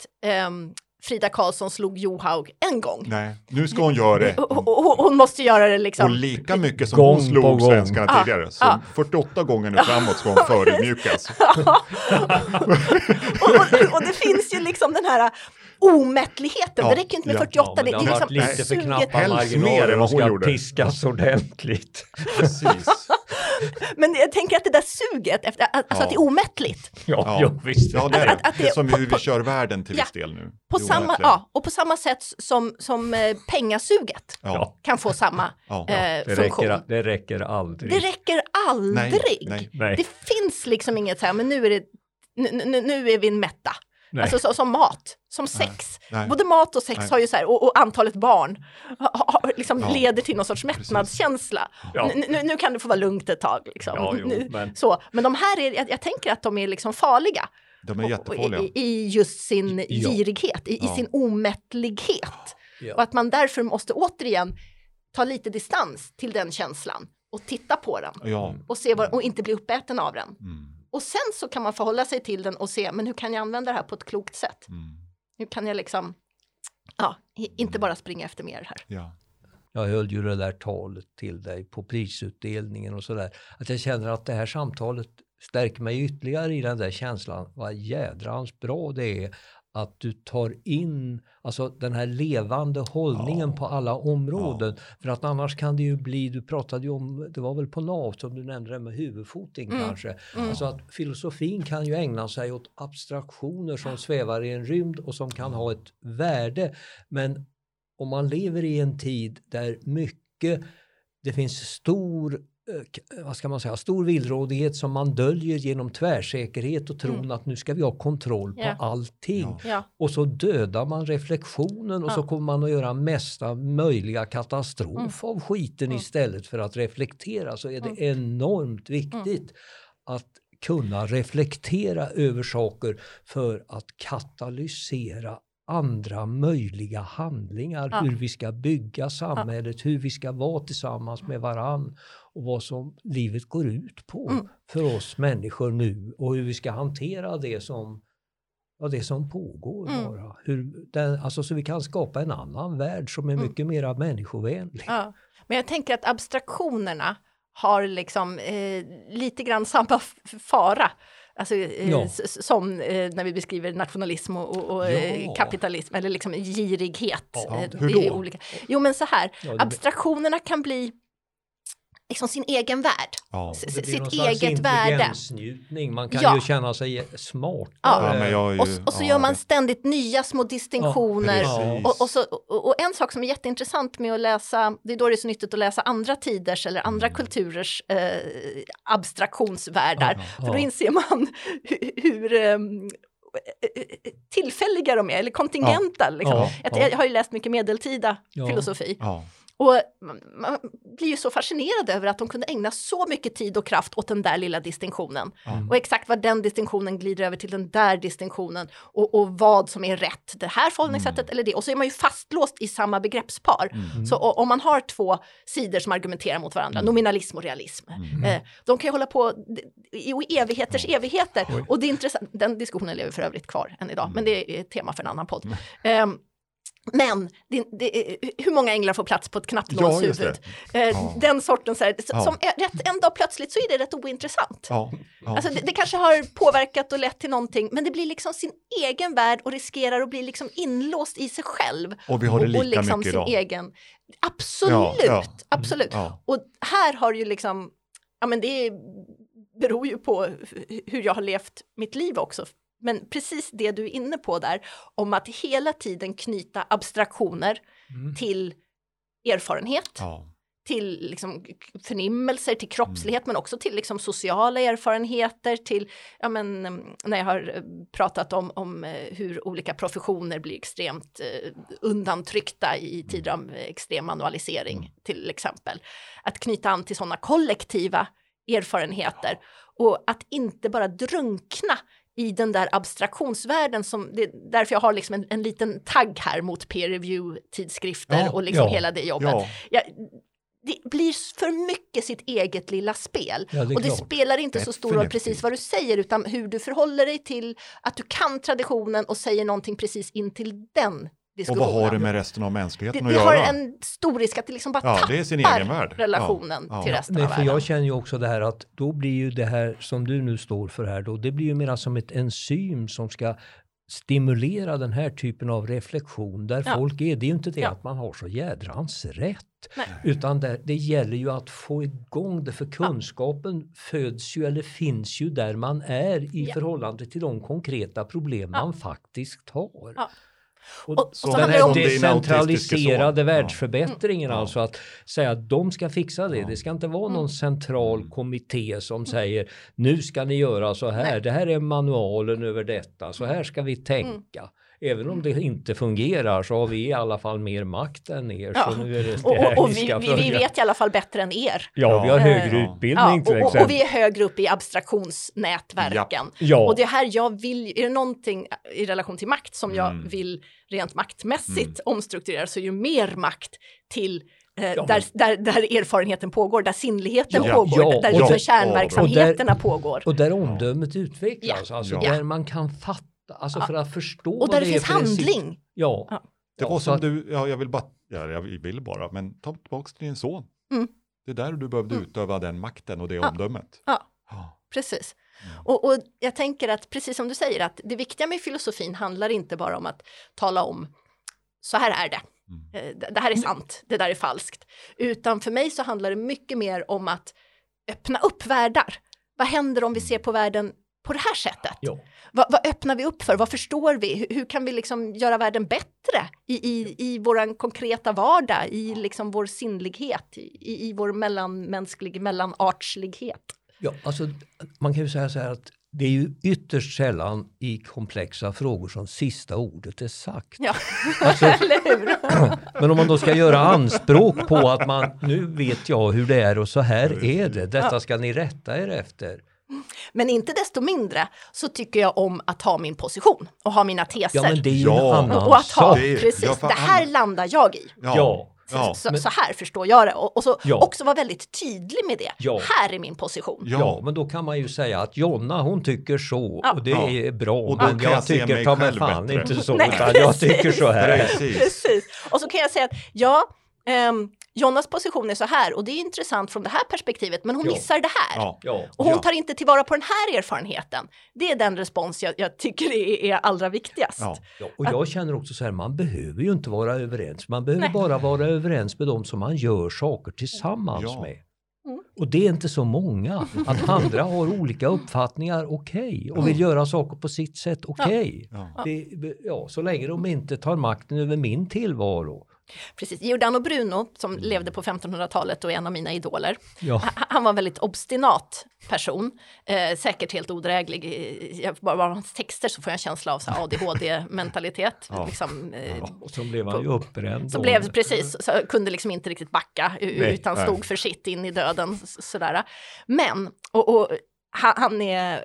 Frida Karlsson slog Johaug en gång. Nej, nu ska hon göra det. Hon måste göra det liksom. Och lika mycket som hon slog svenskarna tidigare. Så 48 gånger nu framåt ska hon förödmjukas. Och det finns ju liksom den här omättligheten. Det räcker inte med 48. Ja, det har varit lite för knappa marginaler och ska piskas ordentligt. Precis. Men jag tänker att det där suget, att det är omättligt. Ja, visst. Ja, det är det. Det är som hur vi kör världen till viss del nu. Och på samma sätt som pengasuget kan få samma funktion. Det räcker aldrig. Det räcker aldrig. Nej. Det finns liksom inget så här, men nu är vi mätta. Alltså som mat, som sex. Nej. Både mat och sex har ju så här, och antalet barn liksom leder till någon sorts mättnadskänsla. Ja. Nu kan det få vara lugnt ett tag. Liksom. Men de här jag tänker att de är liksom farliga. De är jättefarliga. I just sin girighet, i sin omättlighet. Ja. Och att man därför måste återigen ta lite distans till den känslan och titta på den. Ja. Och se och inte bli uppäten av den. Och sen så kan man förhålla sig till den och se, men hur kan jag använda det här på ett klokt sätt? Hur kan jag liksom, inte bara springa efter mer här. Ja. Jag höll ju det där talet till dig på prisutdelningen och sådär. Att jag känner att det här samtalet stärker mig ytterligare i den där känslan. Vad jädrans bra det är att du tar in alltså den här levande hållningen på alla områden. För att annars kan det ju bli, du pratade ju om, det var väl på NAV som du nämnde det med huvudfoting kanske. Alltså att filosofin kan ju ägna sig åt abstraktioner som svävar i en rymd och som kan ha ett värde. Men om man lever i en tid där det finns stor villrådighet som man döljer genom tvärsäkerhet och tron att nu ska vi ha kontroll på allting. Ja. Och så dödar man reflektionen och så kommer man att göra mesta möjliga katastrof av skiten istället för att reflektera. Så är det enormt viktigt att kunna reflektera över saker för att katalysera andra möjliga handlingar, hur vi ska bygga samhället, hur vi ska vara tillsammans med varann och vad som livet går ut på för oss människor nu och hur vi ska hantera det som pågår bara. Så vi kan skapa en annan värld som är mycket mer människovänlig. Ja. Men jag tänker att abstraktionerna har liksom lite grann samma fara. Alltså, som när vi beskriver nationalism och kapitalism eller liksom girighet. Hur då? Olika. Jo, men så här. Abstraktionerna kan bli liksom sin egen värld. Sitt eget värde. Man kan ju känna sig smart. Och så gör man ständigt nya små distinktioner. Och en sak som är jätteintressant med att läsa, det är då det är så nyttigt att läsa andra tiders eller andra kulturers abstraktionsvärldar. För då inser man hur tillfälliga de är, eller kontingenta. Liksom. Jag har ju läst mycket medeltida filosofi. Och man blir ju så fascinerad över att de kunde ägna så mycket tid och kraft åt den där lilla distinktionen. Och exakt vad den distinktionen glider över till den där distinktionen. Och vad som är rätt, det här förhållningssättet eller det. Och så är man ju fastlåst i samma begreppspar. Så om man har två sidor som argumenterar mot varandra, nominalism och realism. De kan ju hålla på i evigheters evigheter. Och det är intressant, den diskussionen lever för övrigt kvar än idag. Men det är ett tema för en annan podd. Men hur många änglar får plats på ett knattlåshuvud? Den sorten så här, som en dag plötsligt så är det rätt ointressant. Alltså det kanske har påverkat och lett till någonting, men det blir liksom sin egen värld och riskerar att bli liksom inlåst i sig själv. Och vi har det lika liksom mycket sin idag. egen. Absolut. Och här har ju liksom, det beror ju på hur jag har levt mitt liv också. Men precis det du är inne på där, om att hela tiden knyta abstraktioner till erfarenhet, till liksom förnimmelser, till kroppslighet, men också till liksom sociala erfarenheter, till, när jag har pratat om hur olika professioner blir extremt undantryckta i tider av extrem manualisering till exempel. Att knyta an till sådana kollektiva erfarenheter och att inte bara drunkna i den där abstraktionsvärlden därför jag har liksom en liten tagg här mot peer review tidskrifter och liksom hela det jobbet. Det blir för mycket sitt eget lilla spel. Och det spelar inte så stor roll precis vad du säger, utan hur du förhåller dig till att du kan traditionen och säger någonting precis in till den diskussionen. Och vad har det med resten av mänskligheten att göra? Det har en stor risk att det liksom bara tappar det är sin egen värld. Relationen till resten av världen. För jag känner ju också det här att då blir ju det här som du nu står för här då, det blir ju mer som ett enzym som ska stimulera den här typen av reflektion där folk är. Det är ju inte det att man har så jädrans rätt. Nej. Utan det gäller ju att få igång det, för kunskapen föds ju eller finns ju där man är i förhållande till de konkreta problem man faktiskt har. Ja. Och så den handlar det om här decentraliserade son. världsförbättringen, alltså att säga att de ska fixa det. Det ska inte vara någon central kommitté som säger nu ska ni göra så här. Nej. Det här är manualen över detta. Så här ska vi tänka. Även om det inte fungerar så har vi i alla fall mer makt än er. Ja. Så nu är det och vi vet i alla fall bättre än er. Ja, vi har högre utbildning till exempel. Och vi är högre upp i abstraktionsnätverken. Ja. Och det här är det någonting i relation till makt som jag vill rent maktmässigt omstrukturera, så ju mer makt till där erfarenheten pågår, där sinnligheten pågår, där liksom kärnverksamheterna pågår. Och där omdömet utvecklas, alltså där man kan fatta. Alltså för att förstå och där det finns handling. Det var som jag vill bara, men ta tillbaka till din son. Det är där du behövde utöva den makten och det omdömet. Ja, precis. Och jag tänker att precis som du säger, att det viktiga med filosofin handlar inte bara om att tala om så här är det. Det här är sant, det där är falskt. Utan för mig så handlar det mycket mer om att öppna upp världar. Vad händer om vi ser på världen på det här sättet? Ja. Vad öppnar vi upp för? Vad förstår vi? Hur kan vi liksom göra världen bättre i vår konkreta vardag, i liksom vår sinnlighet, i vår mellanartslighet? Ja, alltså man kan ju säga så här att det är ju ytterst sällan i komplexa frågor som sista ordet är sagt. Ja, alltså, eller hur? Men om man då ska göra anspråk på att nu vet jag hur det är och så här är det. Detta ska ni rätta er efter. Men inte desto mindre så tycker jag om att ha min position och ha mina teser. Ja, men det är ju en annan och att ha, sak. precis, det här landar jag i. Ja. Så här förstår jag det. Och så också vara väldigt tydlig med det. Ja. Här är min position. Ja, men då kan man ju säga att Jonna, hon tycker så. Och det är bra. Och då men jag tycker ta mig fan bättre. inte så. Utan jag tycker så här. Precis. Och så kan jag säga att Jonnas position är så här, och det är intressant från det här perspektivet, men hon missar det här. Och hon tar inte tillvara på den här erfarenheten. Det är den respons jag tycker är allra viktigast. Och jag känner också så här, man behöver ju inte vara överens. Man behöver bara vara överens med dem som man gör saker tillsammans med. Och det är inte så många. Att andra har olika uppfattningar, okej. Och vill göra saker på sitt sätt, okej. Så länge de inte tar makten över min tillvaro. Precis, Giordano Bruno som levde på 1500-talet och är en av mina idoler. Han var en väldigt obstinat person, säkert helt odräglig. Bara hans texter så får jag en känsla av så ADHD-mentalitet. Och så blev han ju uppbränd. Så blev precis, så kunde liksom inte riktigt backa utan stod för sitt in i döden. Sådär. Men, och han är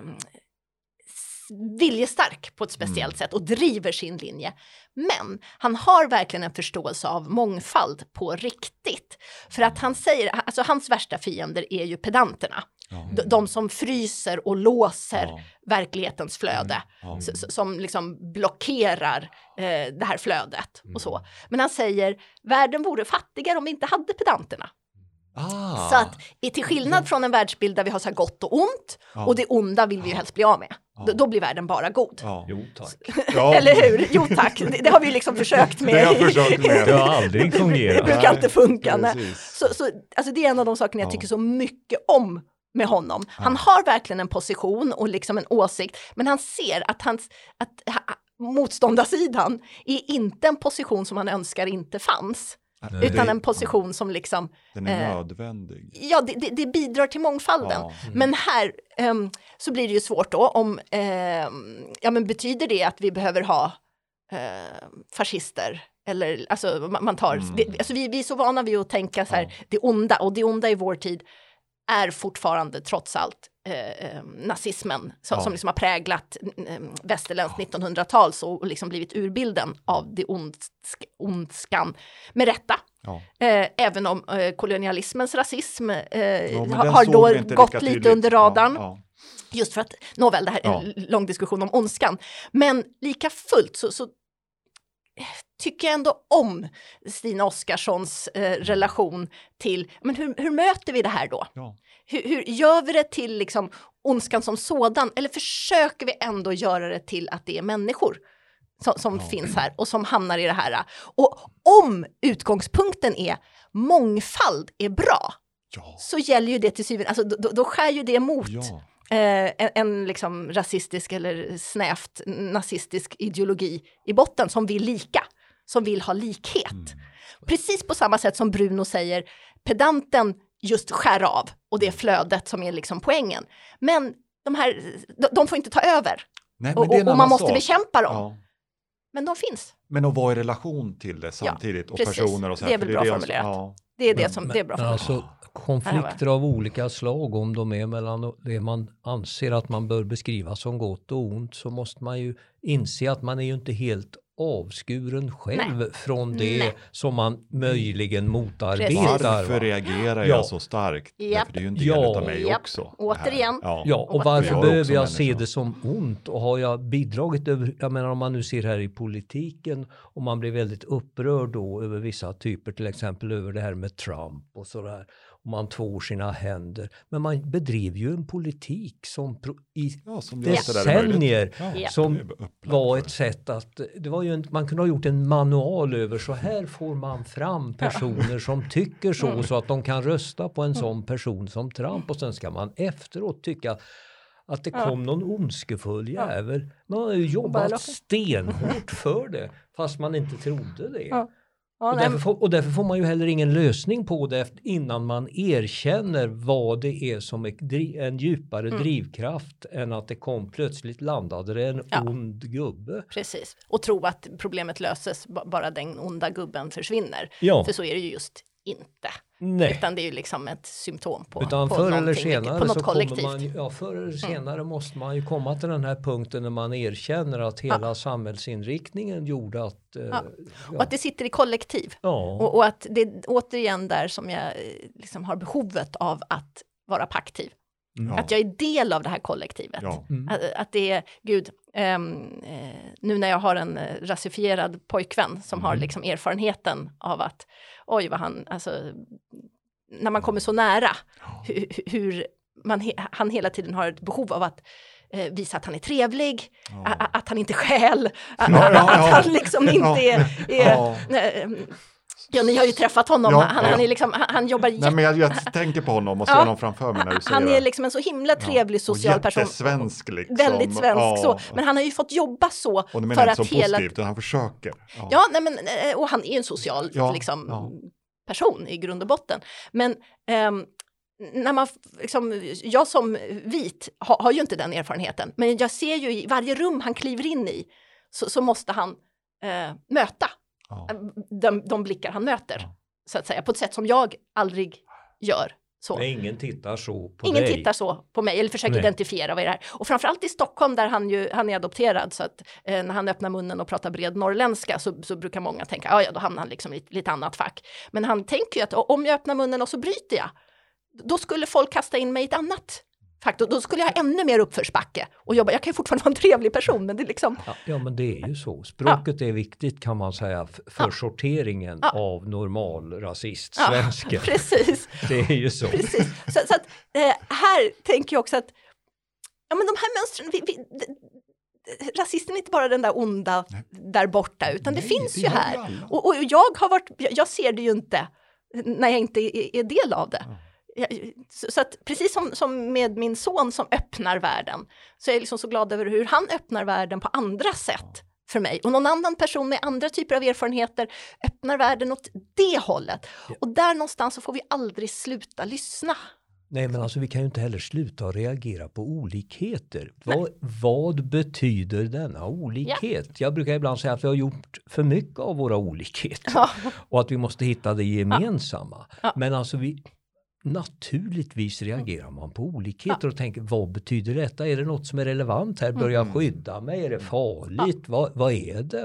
viljestark på ett speciellt sätt och driver sin linje. Men han har verkligen en förståelse av mångfald på riktigt. För att han säger, alltså hans värsta fiender är ju pedanterna. De som fryser och låser verklighetens flöde. Som liksom blockerar det här flödet och så. Men han säger, världen vore fattigare om vi inte hade pedanterna. Så att till skillnad från en världsbild där vi har så här gott och ont och det onda vill vi ju helst bli av med. Då blir världen bara god. Jo tack. Eller hur? Jo tack. Det har vi liksom försökt med. Det har aldrig fungerat. Det brukar inte funka. Så alltså det är en av de sakerna jag tycker så mycket om med honom. Han har verkligen en position och liksom en åsikt, men han ser att motståndarsidan är inte en position som han önskar inte fanns. Utan en position som liksom... Den är nödvändig. Ja, det bidrar till mångfalden. Men här så blir det ju svårt då om... men betyder det att vi behöver ha fascister? Eller, alltså man tar... vi är så vana vid att tänka så här, det onda. Och det onda i vår tid är fortfarande trots allt nazismen som liksom har präglat västerländskt 1900-tal och liksom blivit urbilden av det ondskan med rätta. Även om kolonialismens rasism har då gått lite under radarn. Just för att, nåväl, det här är en lång diskussion om ondskan. Men lika fullt så tycker jag ändå om Stina Oscarssons relation till, men hur möter vi det här då? Ja. Hur gör vi det till liksom ondskan som sådan? Eller försöker vi ändå göra det till att det är människor som finns här och som hamnar i det här? Och om utgångspunkten är mångfald är bra, så gäller ju det till syvende. Alltså då skär ju det mot en liksom rasistisk eller snävt nazistisk ideologi i botten som vill lika, som vill ha likhet. Precis på samma sätt som Bruno säger, pedanten just skär av och det är flödet som är liksom poängen. Men de får inte ta över. Nej, och man måste bekämpa dem. Ja. Men de finns. Men att vara i relation till det samtidigt och personer och så här. Det är väl bra formulerat. Det är det som det är bra formulerat. Alltså, konflikter av olika slag, om de är mellan det man anser att man bör beskriva som gott och ont, så måste man ju inse att man är ju inte helt avskuren själv från det som man möjligen motarbetar. Varför reagerar jag så starkt? För det är ju en del av mig också. Återigen. Och varför behöver jag se det som ont? Och har jag bidragit över, jag menar om man nu ser här i politiken, och man blir väldigt upprörd då över vissa typer, till exempel över det här med Trump och sådär. Och man tvår sina händer. Men man bedriver ju en politik som som decennier som var ett sätt att, det var ju man kunde ha gjort en manual över, så här får man fram personer som tycker så att de kan rösta på en sån person som Trump, och sen ska man efteråt tycka att det kom någon ondskefull jävel. Man har ju jobbat stenhårt för det, fast man inte trodde det. Och därför får man ju heller ingen lösning på det innan man erkänner vad det är som är en djupare drivkraft än att det plötsligt landade det en ond gubbe. Precis, och tro att problemet löses bara den onda gubben försvinner. För så är det ju just inte. Nej. Utan det är ju liksom ett symptom på, utan på förr eller senare på något så kollektivt. Förr eller senare måste man ju komma till den här punkten när man erkänner att hela samhällsinriktningen gjorde att... Och att det sitter i kollektiv. Och att det är återigen där som jag liksom har behovet av att vara paktiv. Att jag är del av det här kollektivet. Att det är, nu när jag har en rasifierad pojkvän som har liksom erfarenheten av att, oj vad han, alltså, när man kommer så nära, hur han hela tiden har ett behov av att visa att han är trevlig, att han inte skäl, att han liksom inte är Ja, ni har ju träffat honom. Han är liksom, han jobbar Nej, men jag tänker på honom och ser honom framför mig när du säger han är liksom en så himla trevlig social person. Jättesvensk liksom. Väldigt svensk så. Men han har ju fått jobba så. Och det menar inte som positivt, utan han försöker. Och han är en social person i grund och botten. Men när man liksom, jag som vit har ju inte den erfarenheten. Men jag ser ju i varje rum han kliver in i så måste han möta de blickar han möter, så att säga, på ett sätt som jag aldrig gör. Så. Men ingen tittar så på ingen dig. Tittar så på mig, eller försöker identifiera vad är det här. Och framförallt i Stockholm där han är adopterad, så att när han öppnar munnen och pratar bred norrländska så brukar många tänka, då hamnar han liksom i lite annat fack. Men han tänker ju att om jag öppnar munnen och så bryter jag, då skulle folk kasta in mig i ett annat faktor. Då skulle jag ha ännu mer uppförsbacke och jobba. Jag kan ju fortfarande vara en trevlig person, men det är liksom... Ja, men det är ju så. Språket är viktigt, kan man säga, för sorteringen av normal rasist-svenska. Precis. Det är ju så. Precis. Så att här tänker jag också att men de här mönstren... Rasisten är inte bara den där onda där borta, utan det finns ju här. Och jag ser det ju inte när jag inte är del av det. Så att precis som med min son som öppnar världen, så är jag liksom så glad över hur han öppnar världen på andra sätt för mig. Och någon annan person med andra typer av erfarenheter öppnar världen åt det hållet. Och där någonstans så får vi aldrig sluta lyssna. Nej, men alltså vi kan ju inte heller sluta att reagera på olikheter. Vad betyder denna olikhet? Ja. Jag brukar ibland säga att vi har gjort för mycket av våra olikheter. Och att vi måste hitta det gemensamma. Men alltså naturligtvis reagerar man på olikheter och tänker, vad betyder detta? Är det något som är relevant här? Börjar jag skydda mig? Är det farligt? Vad är det? Va?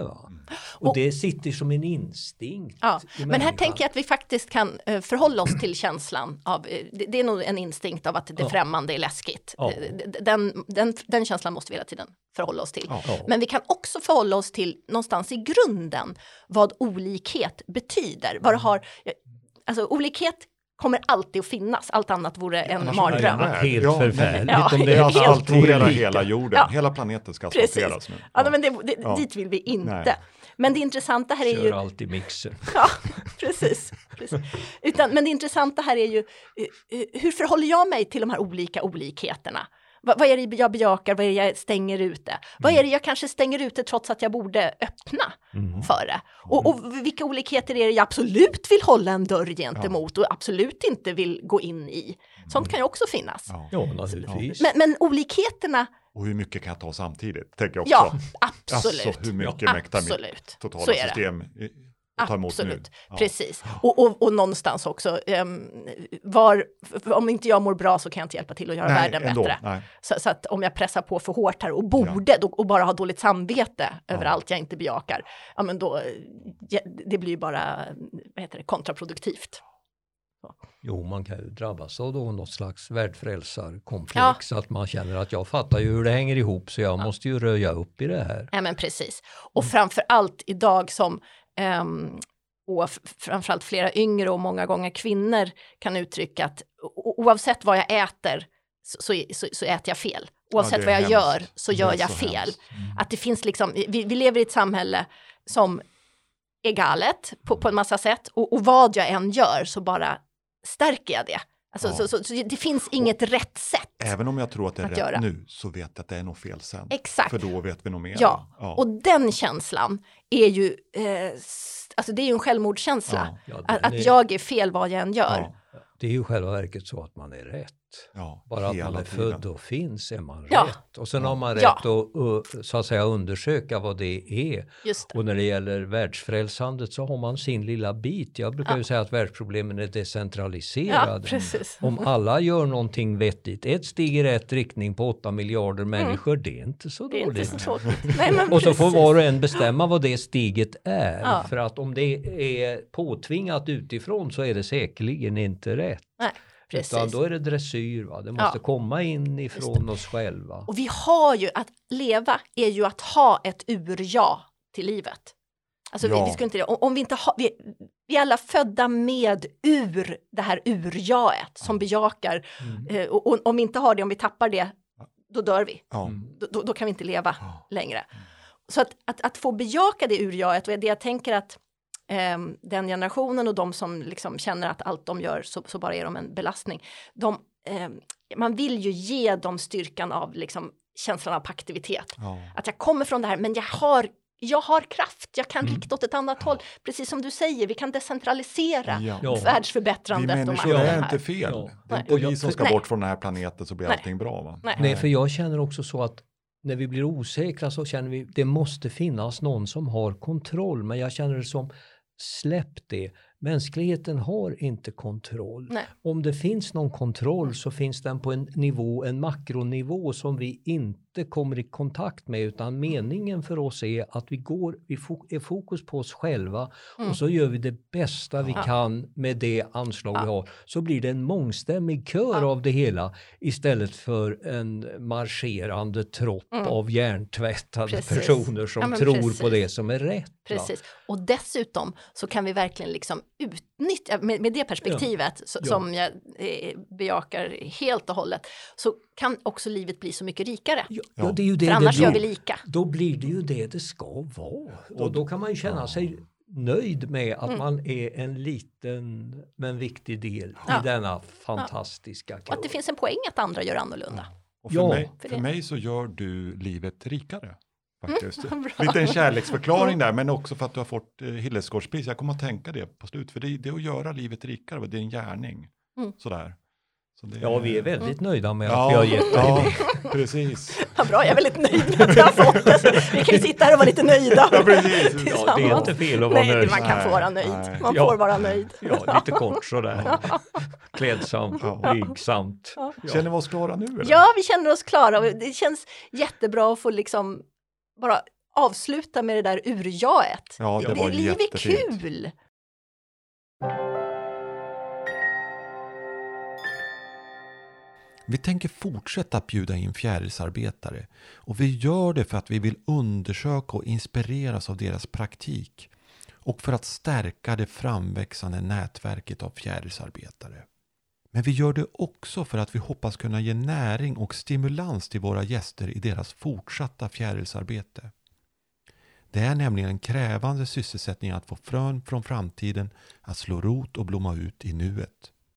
Och det sitter som en instinkt. Ja, men här tänker jag att vi faktiskt kan förhålla oss till känslan av, det är nog en instinkt av att det främmande är läskigt. Ja. Den känslan måste vi hela tiden förhålla oss till. Ja. Men vi kan också förhålla oss till någonstans i grunden vad olikhet betyder. Vad det har, alltså olikhet kommer alltid att finnas. Allt annat vore en mardröm. Helt förfärligt. Ja, det är asfaltera hela jorden. Ja. Hela planeten ska asfalteras nu. Ja, men dit vill vi inte. Nej. Men det intressanta här är ju... Kör alltid mixer. Ja, precis. Men det intressanta här är ju hur förhåller jag mig till de här olika olikheterna? Vad är det jag bejakar? Vad är det jag stänger ute? Vad är det jag kanske stänger ute trots att jag borde öppna för det? Och vilka olikheter är det jag absolut vill hålla en dörr gentemot och absolut inte vill gå in i? Sånt kan ju också finnas. Ja, naturligtvis. Men olikheterna... Och hur mycket kan jag ta samtidigt, tänker jag också. Ja, absolut. Alltså, hur mycket mäktar mitt totala system ta emot absolut, nu. Ja. Precis. Och någonstans också, om inte jag mår bra så kan jag inte hjälpa till att göra världen bättre. Så att om jag pressar på för hårt här och och bara har dåligt samvete över allt jag inte bejakar, ja men då, det blir ju bara kontraproduktivt. Så. Jo, man kan ju drabbas av då något slags världfrälsarkomplex, att man känner att jag fattar ju hur det hänger ihop så jag måste ju röja upp i det här. Ja men precis. Och framför allt idag som och framförallt flera yngre och många gånger kvinnor kan uttrycka att oavsett vad jag äter så äter jag fel. Oavsett vad jag gör så gör jag fel. Att det finns liksom, vi lever i ett samhälle som är galet på en massa sätt och vad jag än gör så bara stärker jag det. Alltså, så det finns inget rätt sätt. Även om jag tror att det är rätt göra. Nu så vet jag att det är nog fel sen. Exakt. För då vet vi nog mer. Ja. Och den känslan är ju alltså det är ju en självmordskänsla. Att jag är fel vad jag än gör. Ja. Det är ju själva verket så att man är rätt. Bara att man är född och finns är man rätt. Och sen har man rätt att så att säga undersöka vad det är. Just det. Och när det gäller världsfrälsandet så har man sin lilla bit. Jag brukar ju säga att världsproblemen är decentraliserade. Om alla gör någonting vettigt, ett steg i rätt riktning på 8 miljarder människor, det är inte så dåligt. Det är inte så tråkigt. Och så får var och en bestämma vad det steget är. För att om det är påtvingat utifrån så är det säkerligen inte rätt. Nej. Precis. Utan då är det dressyr, va? Det måste komma in ifrån oss själva. Och vi har ju, att leva är ju att ha ett ur-ja till livet. Alltså vi skulle inte, om vi inte har, vi är alla födda med ur det här ur-jaet som bejakar. Och om vi inte har det, om vi tappar det, då dör vi. Då kan vi inte leva längre. Så att få bejaka det ur-jaet, och det jag tänker att den generationen och de som liksom känner att allt de gör så bara är de en belastning. Man vill ju ge dem styrkan av liksom känslan av paktivitet. Att jag kommer från det här, men jag har kraft, jag kan rikta åt ett annat håll. Precis som du säger, vi kan decentralisera världsförbättrandet. Vi människor är inte fel. Det är inte vi som ska bort från den här planeten så blir allting bra. Va? Nej, för jag känner också så att när vi blir osäkra så känner vi det måste finnas någon som har kontroll. Men jag känner det som släpp det. Mänskligheten har inte kontroll. Nej. Om det finns någon kontroll så finns den på en makronivå som vi inte kommer i kontakt med, utan meningen för oss är att vi är fokus på oss själva och så gör vi det bästa vi kan med det anslag vi har. Så blir det en mångstämmig kör av det hela istället för en marscherande tropp av hjärntvättade personer som tror på det som är rätt. Precis. Och dessutom så kan vi verkligen liksom utnyttja, med det perspektivet som jag bejakar helt och hållet, så kan också livet bli så mycket rikare. Ja, det är ju det. För annars gör vi lika. Då blir det ju det ska vara. Och då kan man ju känna sig nöjd med att man är en liten men viktig del i denna fantastiska kör. Och att det finns en poäng att andra gör annorlunda. Och för mig så gör du livet rikare. Faktiskt. Lite en kärleksförklaring där, men också för att du har fått Hillesgårdspris. Jag kommer att tänka det på slut, för det är att göra livet rikare, det är en gärning. Sådär. Så det vi är väldigt nöjda med att vi har gett dig det. Precis. Ja, bra, jag är väldigt nöjd med att jag har fått det. Vi kan ju sitta här och vara lite nöjda. Ja, precis. Det är inte fel att vara nöjd. Man kan få vara nöjd. Man får vara nöjd. Ja, lite kort sådär. Klädsamt, blygsamt. Känner vi oss klara nu? Eller? Ja, vi känner oss klara. Och det känns jättebra att få liksom bara avsluta med det där urjaet. Ja, det var liv är jättefint. kul! Vi tänker fortsätta bjuda in fjärilsarbetare och vi gör det för att vi vill undersöka och inspireras av deras praktik och för att stärka det framväxande nätverket av fjärilsarbetare. Men vi gör det också för att vi hoppas kunna ge näring och stimulans till våra gäster i deras fortsatta fjärilsarbete. Det är nämligen en krävande sysselsättning att få frön från framtiden att slå rot och blomma ut i nuet.